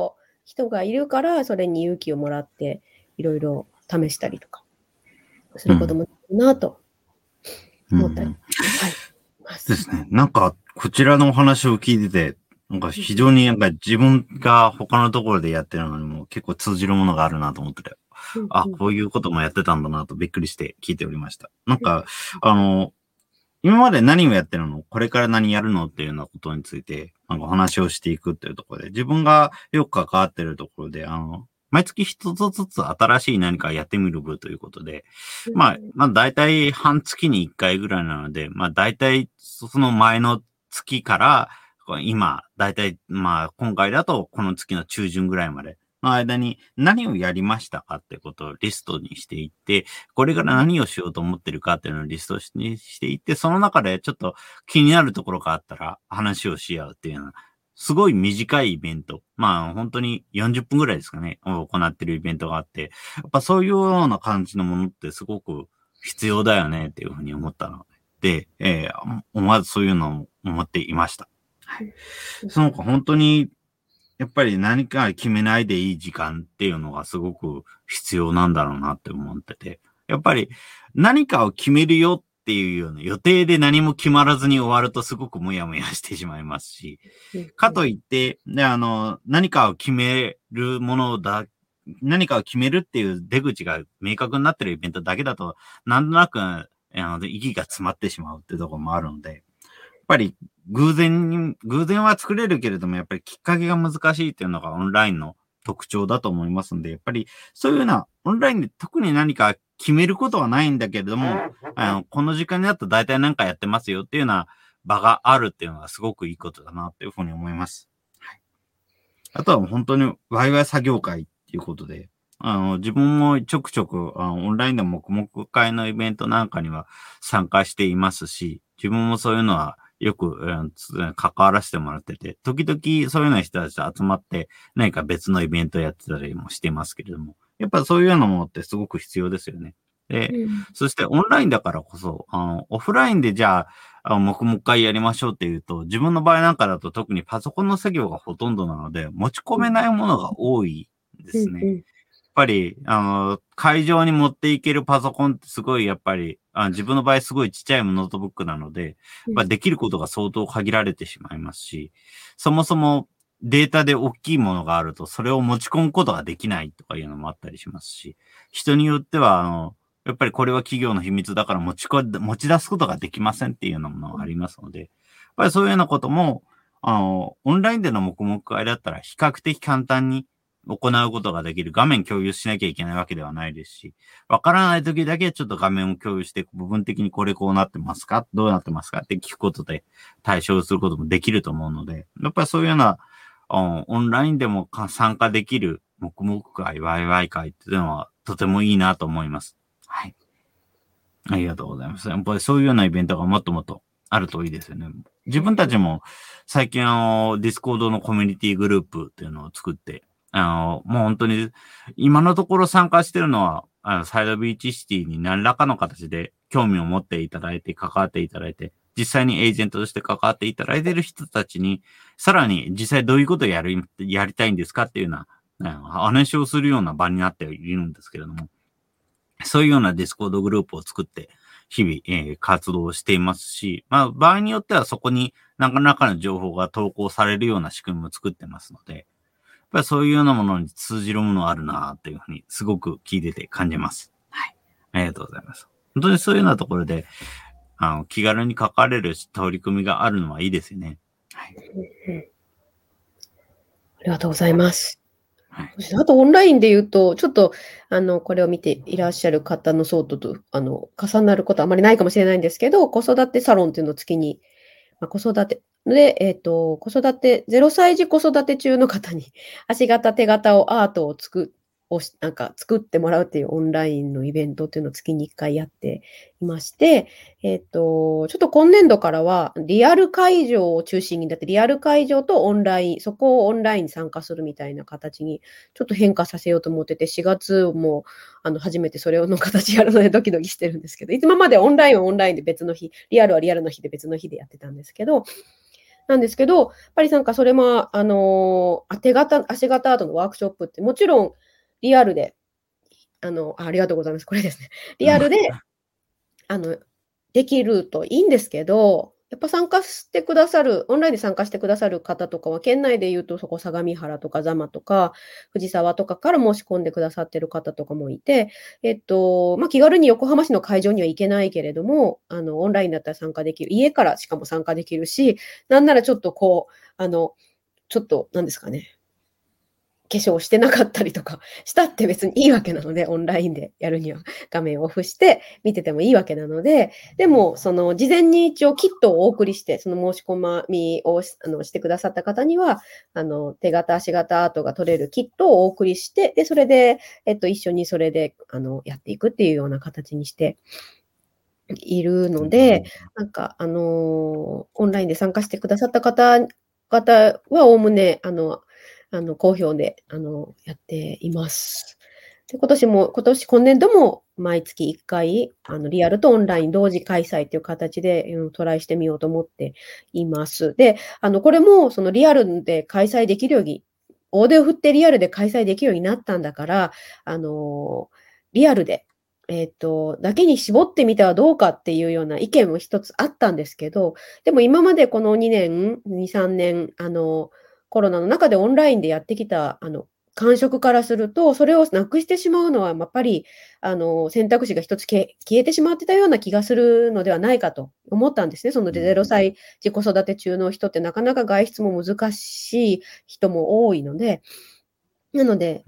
人がいるから、それに勇気をもらって、いろいろ試したりとか、することもいいなと思ったり、はい。 ですね。なんか、こちらのお話を聞いてて、なんか非常になんか自分が他のところでやってるのにも結構通じるものがあるなと思ってて、あ、こういうこともやってたんだなとびっくりして聞いておりました。なんか、今まで何をやってるの？これから何やるの？っていうようなことについて、なんかお話をしていくっていうところで、自分がよく関わってるところで、毎月一つずつ新しい何かやってみる部ということで、まあ大体半月に一回ぐらいなので、まあ大体その前の月から、今、大体まあ今回だとこの月の中旬ぐらいまでの間に何をやりましたかってことをリストにしていって、これから何をしようと思ってるかっていうのをリストにしていって、その中でちょっと気になるところがあったら話をし合うっていうような、すごい短いイベント。まあ本当に40分ぐらいですかね、行ってるイベントがあって、やっぱそういうような感じのものってすごく必要だよねっていうふうに思ったので、思わずそういうのを思っていました。はい。その他本当に、やっぱり何か決めないでいい時間っていうのがすごく必要なんだろうなって思ってて、やっぱり何かを決めるよっていうような予定で何も決まらずに終わるとすごくもやもやしてしまいますし、かといって、で、何かを決めるものだ、何かを決めるっていう出口が明確になってるイベントだけだと、なんとなく、意義が詰まってしまうっていうところもあるので、やっぱり偶然は作れるけれども、やっぱりきっかけが難しいっていうのがオンラインの特徴だと思いますんで、やっぱりそういうようなオンラインで特に何か決めることはないんだけれども、この時間になったら大体何かやってますよっていうような場があるっていうのはすごくいいことだなっていうふうに思います。はい、あとは本当にワイワイ作業会っていうことで、自分もちょくちょくオンラインで黙々会のイベントなんかには参加していますし、自分もそういうのはよく、関わらせてもらってて、時々そういうような人たちと集まって何か別のイベントやってたりもしてますけれども、やっぱそういうようなものってすごく必要ですよね。で、そしてオンラインだからこそ、オフラインでじゃあ、黙々会やりましょうっていうと、自分の場合なんかだと特にパソコンの作業がほとんどなので、持ち込めないものが多いですね。やっぱり、会場に持っていけるパソコンってすごいやっぱり、自分の場合すごいちっちゃいノートブックなので、できることが相当限られてしまいますし、そもそもデータで大きいものがあると、それを持ち込むことができないとかいうのもあったりしますし、人によっては、やっぱりこれは企業の秘密だから持ち出すことができませんっていうようなものがありますので、やっぱりそういうようなことも、オンラインでの黙々会だったら比較的簡単に行うことができる。画面共有しなきゃいけないわけではないですし、わからない時だけちょっと画面を共有して、部分的にこれこうなってますか？どうなってますか？って聞くことで対象することもできると思うので、やっぱりそういうような、オンラインでも参加できる黙々会、ワイワイ会っていうのはとてもいいなと思います。はい。ありがとうございます。やっぱりそういうようなイベントがもっともっとあるといいですよね。自分たちも最近ディスコードのコミュニティグループっていうのを作って、もう本当に今のところ参加してるのは、サイドビーチシティに何らかの形で興味を持っていただいて、関わっていただいて、実際にエージェントとして関わっていただいている人たちに、さらに実際どういうことをやりたいんですかっていうような、話をするような場になっているんですけれども、そういうようなディスコードグループを作って、日々、活動していますし、まあ、場合によってはそこに何らかの情報が投稿されるような仕組みも作ってますので、やっぱりそういうようなものに通じるものあるなっていうふうに、すごく聞いてて感じます。はい。ありがとうございます。本当にそういうようなところで、気軽に関われる取り組みがあるのはいいですよね。はい。 ありがとうございます。はい、あとオンラインで言うと、ちょっとこれを見ていらっしゃる方の層と重なることはあまりないかもしれないんですけど、子育てサロンっていうのを月に、子育てで、子育て0歳児子育て中の方に足型、手型をアートをなんか作ってもらうっていうオンラインのイベントっていうのを月に1回やっていまして、ちょっと今年度からはリアル会場を中心に、だってリアル会場とオンライン、そこをオンラインに参加するみたいな形にちょっと変化させようと思ってて、4月も初めてそれの形やるのでドキドキしてるんですけど、いつもまでオンラインはオンラインで別の日、リアルはリアルの日で別の日でやってたんですけど、 なんですけど、やっぱりなんかそれも、足型アートのワークショップってもちろんリアルで、ありがとうございます。これですね。リアルで、あの、できるといいんですけど、やっぱオンラインで参加してくださる方とかは、県内で言うとそこ相模原とか座間とか、藤沢とかから申し込んでくださってる方とかもいて、気軽に横浜市の会場には行けないけれども、オンラインだったら参加できる。家からしかも参加できるし、なんならちょっとちょっとなんですかね、化粧してなかったりとかしたって別にいいわけなので、オンラインでやるには画面をオフして見ててもいいわけなので、でも、事前に一応キットをお送りして、その申し込みをしてくださった方には、手形、足形アートが取れるキットをお送りして、で、それで、一緒にそれで、やっていくっていうような形にしているので、なんか、オンラインで参加してくださった方々は、おおむね、好評で、やっています。で、今年度も毎月1回、リアルとオンライン同時開催という形で、トライしてみようと思っています。で、これもそのリアルで開催できるように、大手を振ってリアルで開催できるようになったんだから、リアルで、だけに絞ってみてはどうかっていうような意見も一つあったんですけど、でも今までこの2、3年、コロナの中でオンラインでやってきた、感触からすると、それをなくしてしまうのは、やっぱり、選択肢が一つ消えてしまってたような気がするのではないかと思ったんですね。その0歳児子育て中の人ってなかなか外出も難しい人も多いので、なので、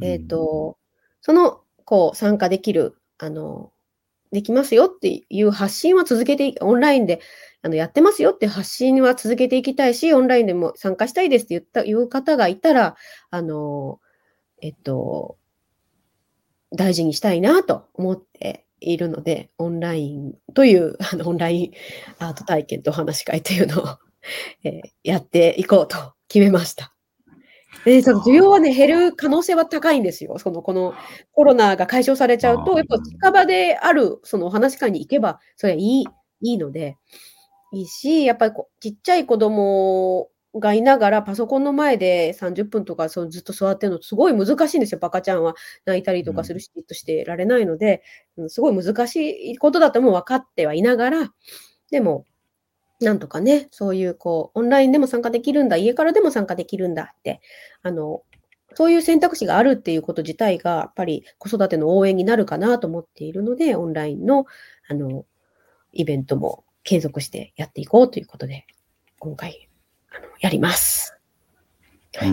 参加できる、できますよっていう発信はオンラインでやってますよっていう発信は続けていきたいし、オンラインでも参加したいですっていう方がいたら、あの、えっと、大事にしたいなと思っているので、オンラインという、オンラインアート体験とお話し会というのを、やっていこうと決めました。その需要はね、減る可能性は高いんですよ。このコロナが解消されちゃうと、やっぱ近場であるそのお話し会に行けば、それはいいので、いいし、やっぱりちっちゃい子供がいながらパソコンの前で30分とかずっと座ってるのすごい難しいんですよ。赤ちゃんは泣いたりとかするし、じっとしてられないので、すごい難しいことだとも分かってはいながら、でもなんとかね、そういうオンラインでも参加できるんだ、家からでも参加できるんだって、そういう選択肢があるっていうこと自体が、やっぱり子育ての応援になるかなと思っているので、オンラインの、イベントも継続してやっていこうということで、今回、やります。はい。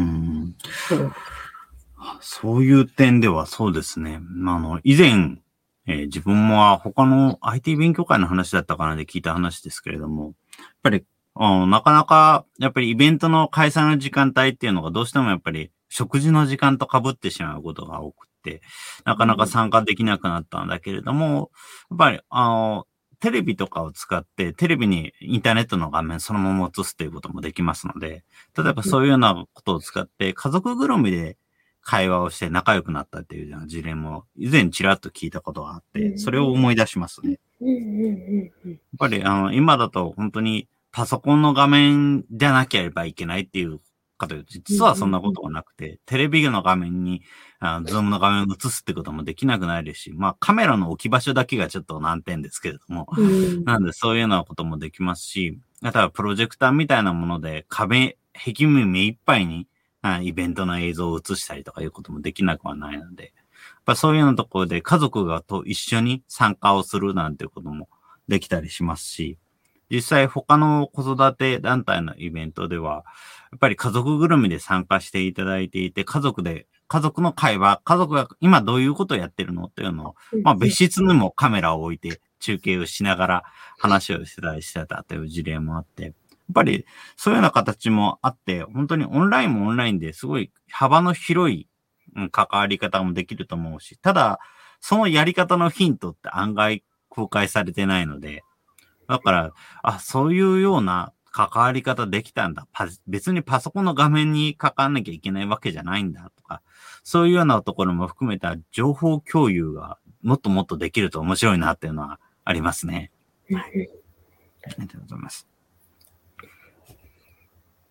そういう点ではそうですね。以前、自分も他の IT 勉強会の話だったかなで聞いた話ですけれども、やっぱり、なかなか、やっぱりイベントの開催の時間帯っていうのがどうしてもやっぱり食事の時間と被ってしまうことが多くて、なかなか参加できなくなったんだけれども、やっぱり、テレビとかを使って、テレビにインターネットの画面そのまま映すということもできますので、例えばそういうようなことを使って、家族ぐるみで会話をして仲良くなったっていうような事例も以前ちらっと聞いたことがあって、それを思い出しますね。やっぱり今だと本当にパソコンの画面じゃなければいけないっていうかというと、実はそんなことはなくて、テレビの画面にズームの画面を映すってこともできなくないですし、まあカメラの置き場所だけがちょっと難点ですけれども、なんでそういうようなこともできますし、あとはプロジェクターみたいなもので壁面目いっぱいにイベントの映像を映したりとかいうこともできなくはないので、やっぱそういうようなところで家族がと一緒に参加をするなんていうこともできたりしますし、実際他の子育て団体のイベントでは、やっぱり家族ぐるみで参加していただいていて、家族の会話、家族が今どういうことをやってるのっていうのを、まあ別室にもカメラを置いて中継をしながら話をしてたりしてたという事例もあって、やっぱりそういうような形もあって、本当にオンラインもオンラインですごい幅の広い関わり方もできると思うし、ただ、そのやり方のヒントって案外公開されてないので、だから、そういうような関わり方できたんだ。別にパソコンの画面に関わんなきゃいけないわけじゃないんだとか、そういうようなところも含めた情報共有がもっともっとできると面白いなっていうのはありますね。はい。ありがとうございます。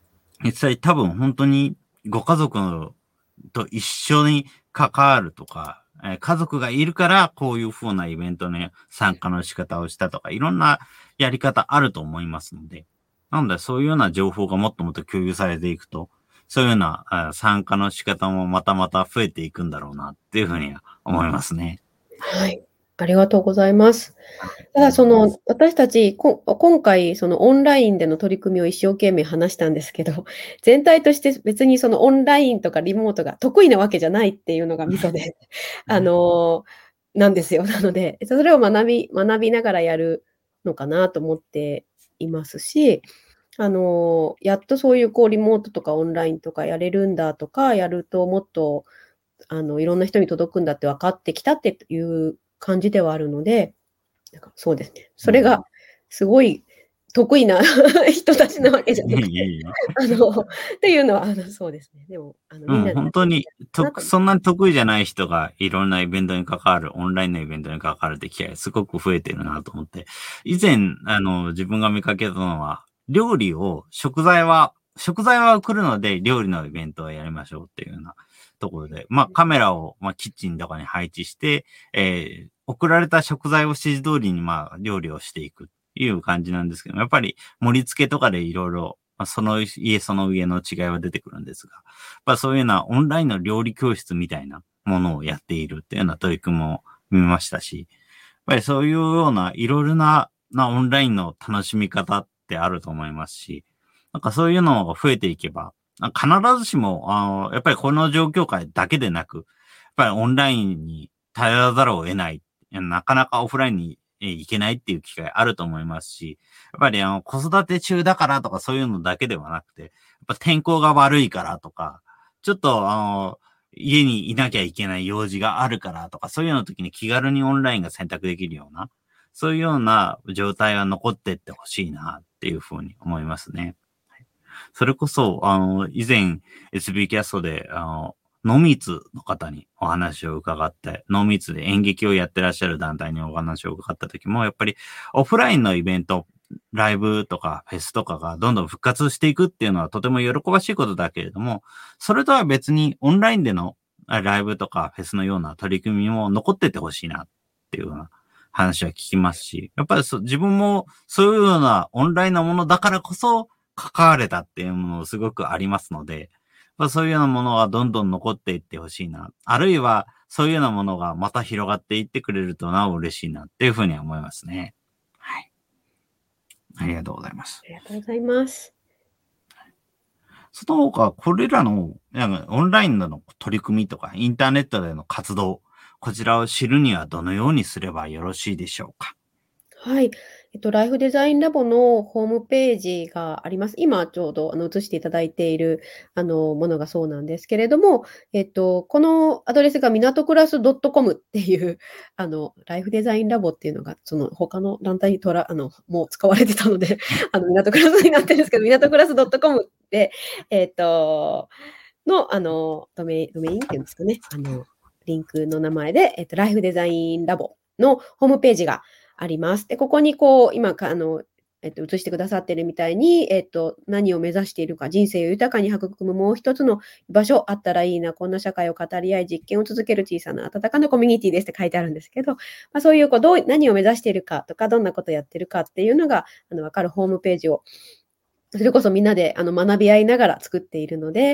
実際多分本当にご家族と一緒に関わるとか、家族がいるからこういう風なイベントに参加の仕方をしたとか、いろんなやり方あると思いますので、なのでそういうような情報がもっともっと共有されていくと、そういうような参加の仕方もまたまた増えていくんだろうなっていうふうに思いますね。 はい。ありがとうございます。 はい、 ただ私たち、今回オンラインでの取り組みを一生懸命話したんですけど、全体として別にオンラインとかリモートが得意なわけじゃないっていうのがミソで、なんですよ。なので、それを学びながらやるのかなと思っていますし、やっとそういうリモートとかオンラインとかやれるんだとか、やるともっと、いろんな人に届くんだって分かってきたっていう感じではあるので、なんかそうですね。それがすごい得意な人たちなわけじゃなくて、っていうのは、そうですね。でも、みんなで本当に、 なとそんなに得意じゃない人がいろんなイベントに関わる、オンラインのイベントに関わるって機会すごく増えてるなと思って。以前、自分が見かけたのは、食材は送るので、料理のイベントをやりましょうっていうようなところで、カメラを、キッチンとかに配置して、送られた食材を指示通りに、料理をしていくっていう感じなんですけど、やっぱり盛り付けとかでいろいろその家その上の違いは出てくるんですが、そういうようなオンラインの料理教室みたいなものをやっているっていうような取り組みも見ましたし、そういうようないろいろなオンラインの楽しみ方ってあると思いますし、そういうのが増えていけば、必ずしも、やっぱりこの状況下だけでなく、やっぱりオンラインに頼らざるを得ない。なかなかオフラインに行けないっていう機会あると思いますし、やっぱり子育て中だからとかそういうのだけではなくて、やっぱ天候が悪いからとか、ちょっと家にいなきゃいけない用事があるからとか、そういうような時に気軽にオンラインが選択できるような、そういうような状態は残っていってほしいなっていうふうに思いますね。それこそ、以前 SB キャストで、ノミーツの方にお話を伺って、ノミーツで演劇をやってらっしゃる団体にお話を伺った時も、やっぱりオフラインのイベント、ライブとかフェスとかがどんどん復活していくっていうのはとても喜ばしいことだけれども、それとは別にオンラインでのライブとかフェスのような取り組みも残っててほしいなっていうような話は聞きますし、やっぱり自分もそういうようなオンラインのものだからこそ関われたっていうものすごくありますので、そういうようなものはどんどん残っていってほしいな。あるいは、そういうようなものがまた広がっていってくれるとなお嬉しいなっていうふうには思いますね。はい。ありがとうございます。 ありがとうございます。 その他、これらの、オンラインでの取り組みとか、インターネットでの活動、こちらを知るにはどのようにすればよろしいでしょうか。 はい。ライフデザインラボのホームページがあります。今ちょうど映していただいているものがそうなんですけれども、このアドレスが港クラス .com っていうライフデザインラボっていうのが他の団体にもう使われてたので、港クラスになってるんですけど、港クラス .com で、ドメインっていうんですかね、リンクの名前で、ライフデザインラボのホームページがあります。で、ここに今映してくださってるみたいに、何を目指しているか、人生を豊かに育むもう一つの場所あったらいいな、こんな社会を語り合い、実験を続ける小さな温かなコミュニティですって書いてあるんですけど、そういう何を目指しているかとか、どんなことをやってるかっていうのがわかるホームページを、それこそみんなで学び合いながら作っているので、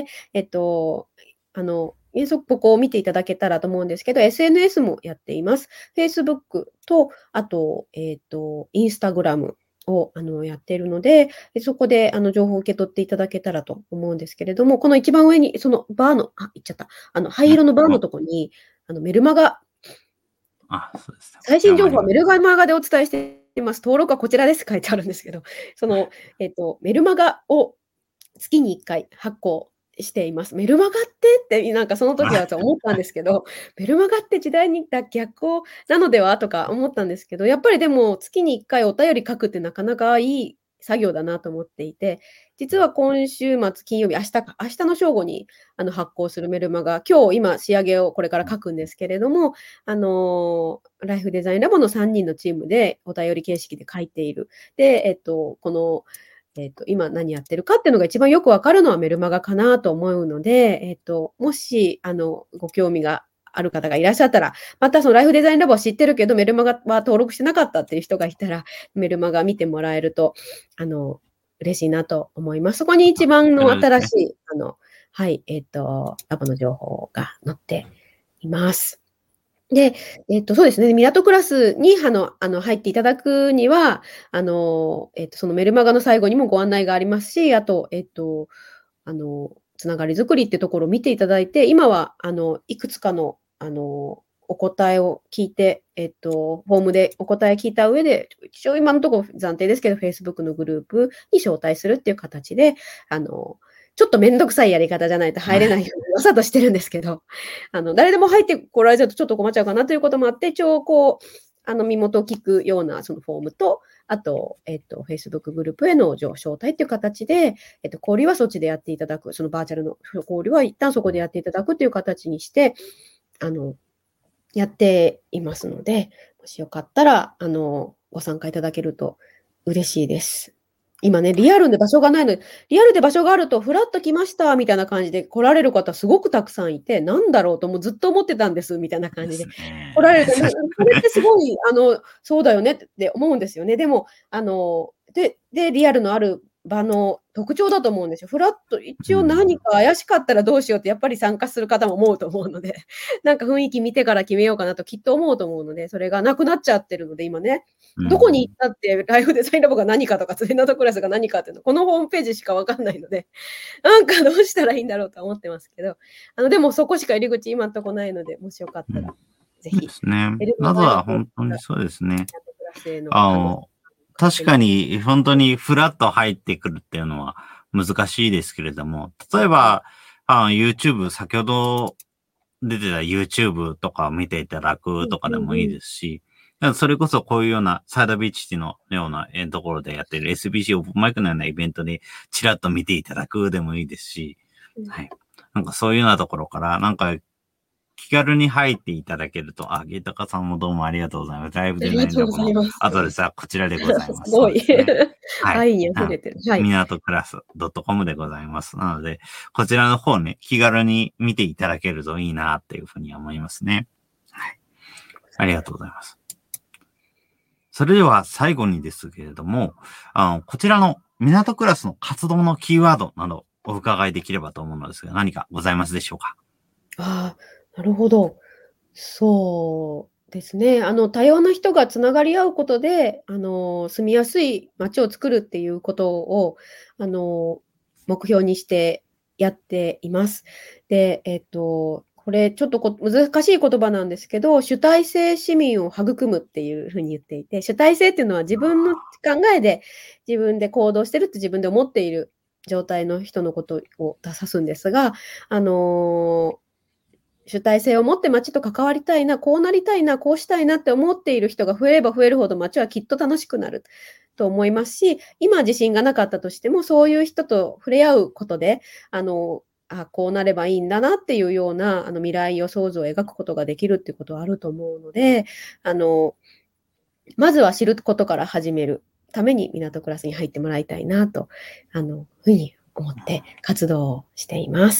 ここを見ていただけたらと思うんですけど、SNS もやっています。Facebook と、あと、Instagram をやっているので、そこで情報を受け取っていただけたらと思うんですけれども、この一番上に、そのバーの、言っちゃった。灰色のバーのとこに、メルマガ、 そうですね。 最新情報はメルマガでお伝えしています。登録はこちらです書いてあるんですけど、メルマガを月に1回発行しています。メルマガってなんかその時は思ったんですけど、メルマガって時代に逆行なのではとか思ったんですけど、やっぱりでも月に1回お便り書くってなかなかいい作業だなと思っていて、実は今週末金曜日、明日の正午に発行するメルマガ、今仕上げをこれから書くんですけれども、ライフデザインラボの3人のチームでお便り形式で書いている。で、この今何やってるかっていうのが一番よくわかるのはメルマガかなと思うので、もし、ご興味がある方がいらっしゃったら、またそのライフデザインラボは知ってるけど、メルマガは登録してなかったっていう人がいたら、メルマガ見てもらえると、嬉しいなと思います。そこに一番の新しい、はい、ラボの情報が載っています。で、そうですね、港クラスに、入っていただくには、そのメルマガの最後にもご案内がありますし、あと、つながり作りってところを見ていただいて、今は、いくつかの、お答えを聞いて、フォームでお答え聞いた上で、一応今のところ暫定ですけど、Facebook のグループに招待するっていう形で、ちょっとめんどくさいやり方じゃないと入れないようにわざとしてるんですけど、誰でも入ってこられちゃうとちょっと困っちゃうかなということもあって、一応こう、身元を聞くようなそのフォームと、あと、Facebook グループへの招待っていう形で、交流はそっちでやっていただく、そのバーチャルの交流は一旦そこでやっていただくという形にして、やっていますので、もしよかったら、ご参加いただけると嬉しいです。今ね、リアルで場所がないので、リアルで場所があると、フラッと来ましたみたいな感じで来られる方すごくたくさんいて、なんだろうともうずっと思ってたんですみたいな感じで来られると、それってすごい、そうだよねって思うんですよね。でも、リアルのある場の特徴だと思うんですよ。フラッと一応何か怪しかったらどうしようってやっぱり参加する方も思うと思うので、なんか雰囲気見てから決めようかなときっと思うと思うので、それがなくなっちゃってるので、今ね。どこに行ったってライフデザインラボが何かとか、ツイナートクラスが何かっていうの、このホームページしかわかんないので、なんかどうしたらいいんだろうと思ってますけど、でもそこしか入り口今んとこないので、もしよかったら、ぜひ。 ですね。まずは本当にそうですね。確かに本当にフラッと入ってくるっていうのは難しいですけれども、例えば、YouTube、先ほど出てた YouTube とかを見ていただくとかでもいいですし、それこそこういうようなサイドビーチのようなところでやってる SBC オープンマイクのようなイベントにチラッと見ていただくでもいいですし、はい。なんかそういうようなところから、なんか気軽に入っていただけると、ゲタカさんもどうもありがとうございます。ライブデザインラボのアドレスはこちらでございます。 すごい。 はい。 愛に溢れてる。はい。 港クラス .com でございます。なので、こちらの方ね、気軽に見ていただけるといいなっていうふうに思いますね。はい。ありがとうございます。それでは最後にですけれども、こちらの港クラスの活動のキーワードなどお伺いできればと思うのですが、何かございますでしょうか？ なるほど。そうですね。多様な人がつながり合うことで、住みやすい街を作るっていうことを、目標にしてやっています。で、これちょっと難しい言葉なんですけど、主体性市民を育むっていうふうに言っていて、主体性っていうのは自分の考えで自分で行動してるって自分で思っている状態の人のことを指すんですが、主体性を持って街と関わりたいな、こうなりたいな、こうしたいなって思っている人が増えれば増えるほど街はきっと楽しくなると思いますし、今自信がなかったとしても、そういう人と触れ合うことで、こうなればいいんだなっていうような未来予想図を描くことができるっていうことはあると思うので、まずは知ることから始めるために港クラスに入ってもらいたいなと、ふうに思って活動をしています。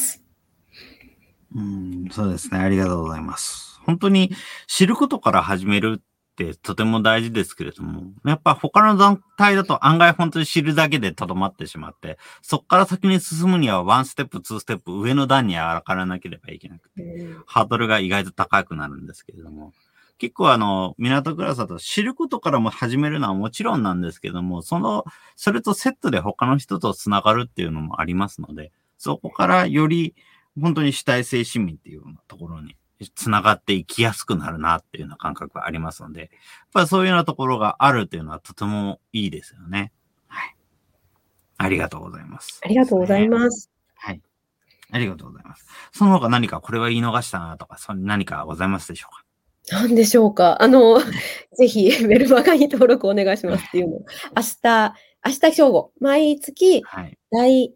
そうですね。ありがとうございます。本当に知ることから始めるってとても大事ですけれども、やっぱ他の団体だと案外本当に知るだけでとどまってしまって、そこから先に進むにはワンステップ、ツーステップ上の段に上がらなければいけなくて、ハードルが意外と高くなるんですけれども、結構港クラスだと知ることからも始めるのはもちろんなんですけども、それとセットで他の人とつながるっていうのもありますので、そこからより本当に主体性市民っていうようなところにつながっていきやすくなるなっていうような感覚がありますので、やっぱりそういうようなところがあるっていうのはとてもいいですよね。はい。ありがとうございます。 ありがとうございます。 はい。ありがとうございます。その他何かこれは言い逃したなとか、何かございますでしょうか？ 何でしょうか。ぜひメルマガに登録お願いしますっていうのを、明日正午、毎月、第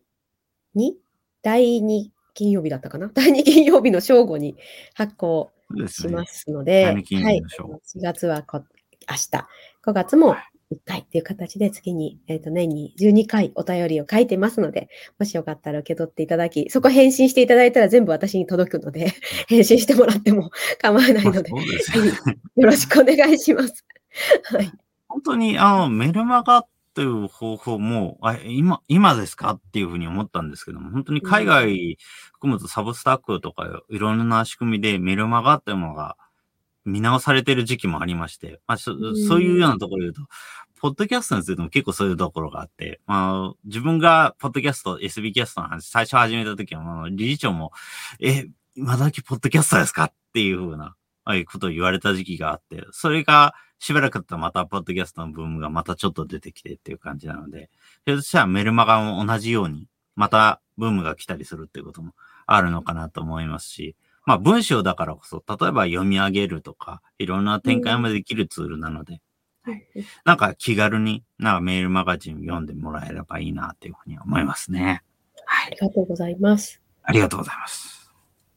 2金曜日だったかな。第2金曜日の正午に発行しますので、はい。4月は明日、5月も 1回っていう形で月に、年に12回お便りを書いてますので、もしよかったら受け取っていただき、そこ返信していただいたら全部私に届くので、返信してもらっても構わないので、 そうですぜよね。 ひよろしくお願いします。はい。 本当にメルマガっていう方法も、今ですかっていうふうに思ったんですけども、本当に海外含むとサブスタックとかいろんな仕組みでメルマガっていうのが見直されてる時期もありまして、そういうようなところで言うと、ポッドキャストについても結構そういうところがあって、自分がポッドキャスト、SB キャストの話、最初始めた時は、理事長も、今時ポッドキャストですかっていうふうな、ああいうことを言われた時期があって、それがしばらく経ったらまたポッドキャストのブームがまたちょっと出てきてっていう感じなので、ひょっとしたらメルマガも同じように、またブームが来たりするっていうこともあるのかなと思いますし、文章だからこそ、例えば読み上げるとか、いろんな展開もできるツールなので、なんか気軽に、なんかメールマガジン読んでもらえればいいなっていうふうに思いますね。 ありがとうございます。 ありがとうございます。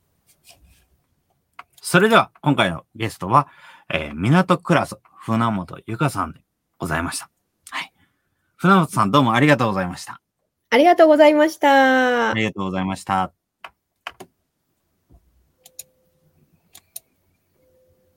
それでは、今回のゲストは、港クラス船本ゆかさんでございました。はい。船本さんどうもありがとうございました。 ありがとうございました。 ありがとうございました。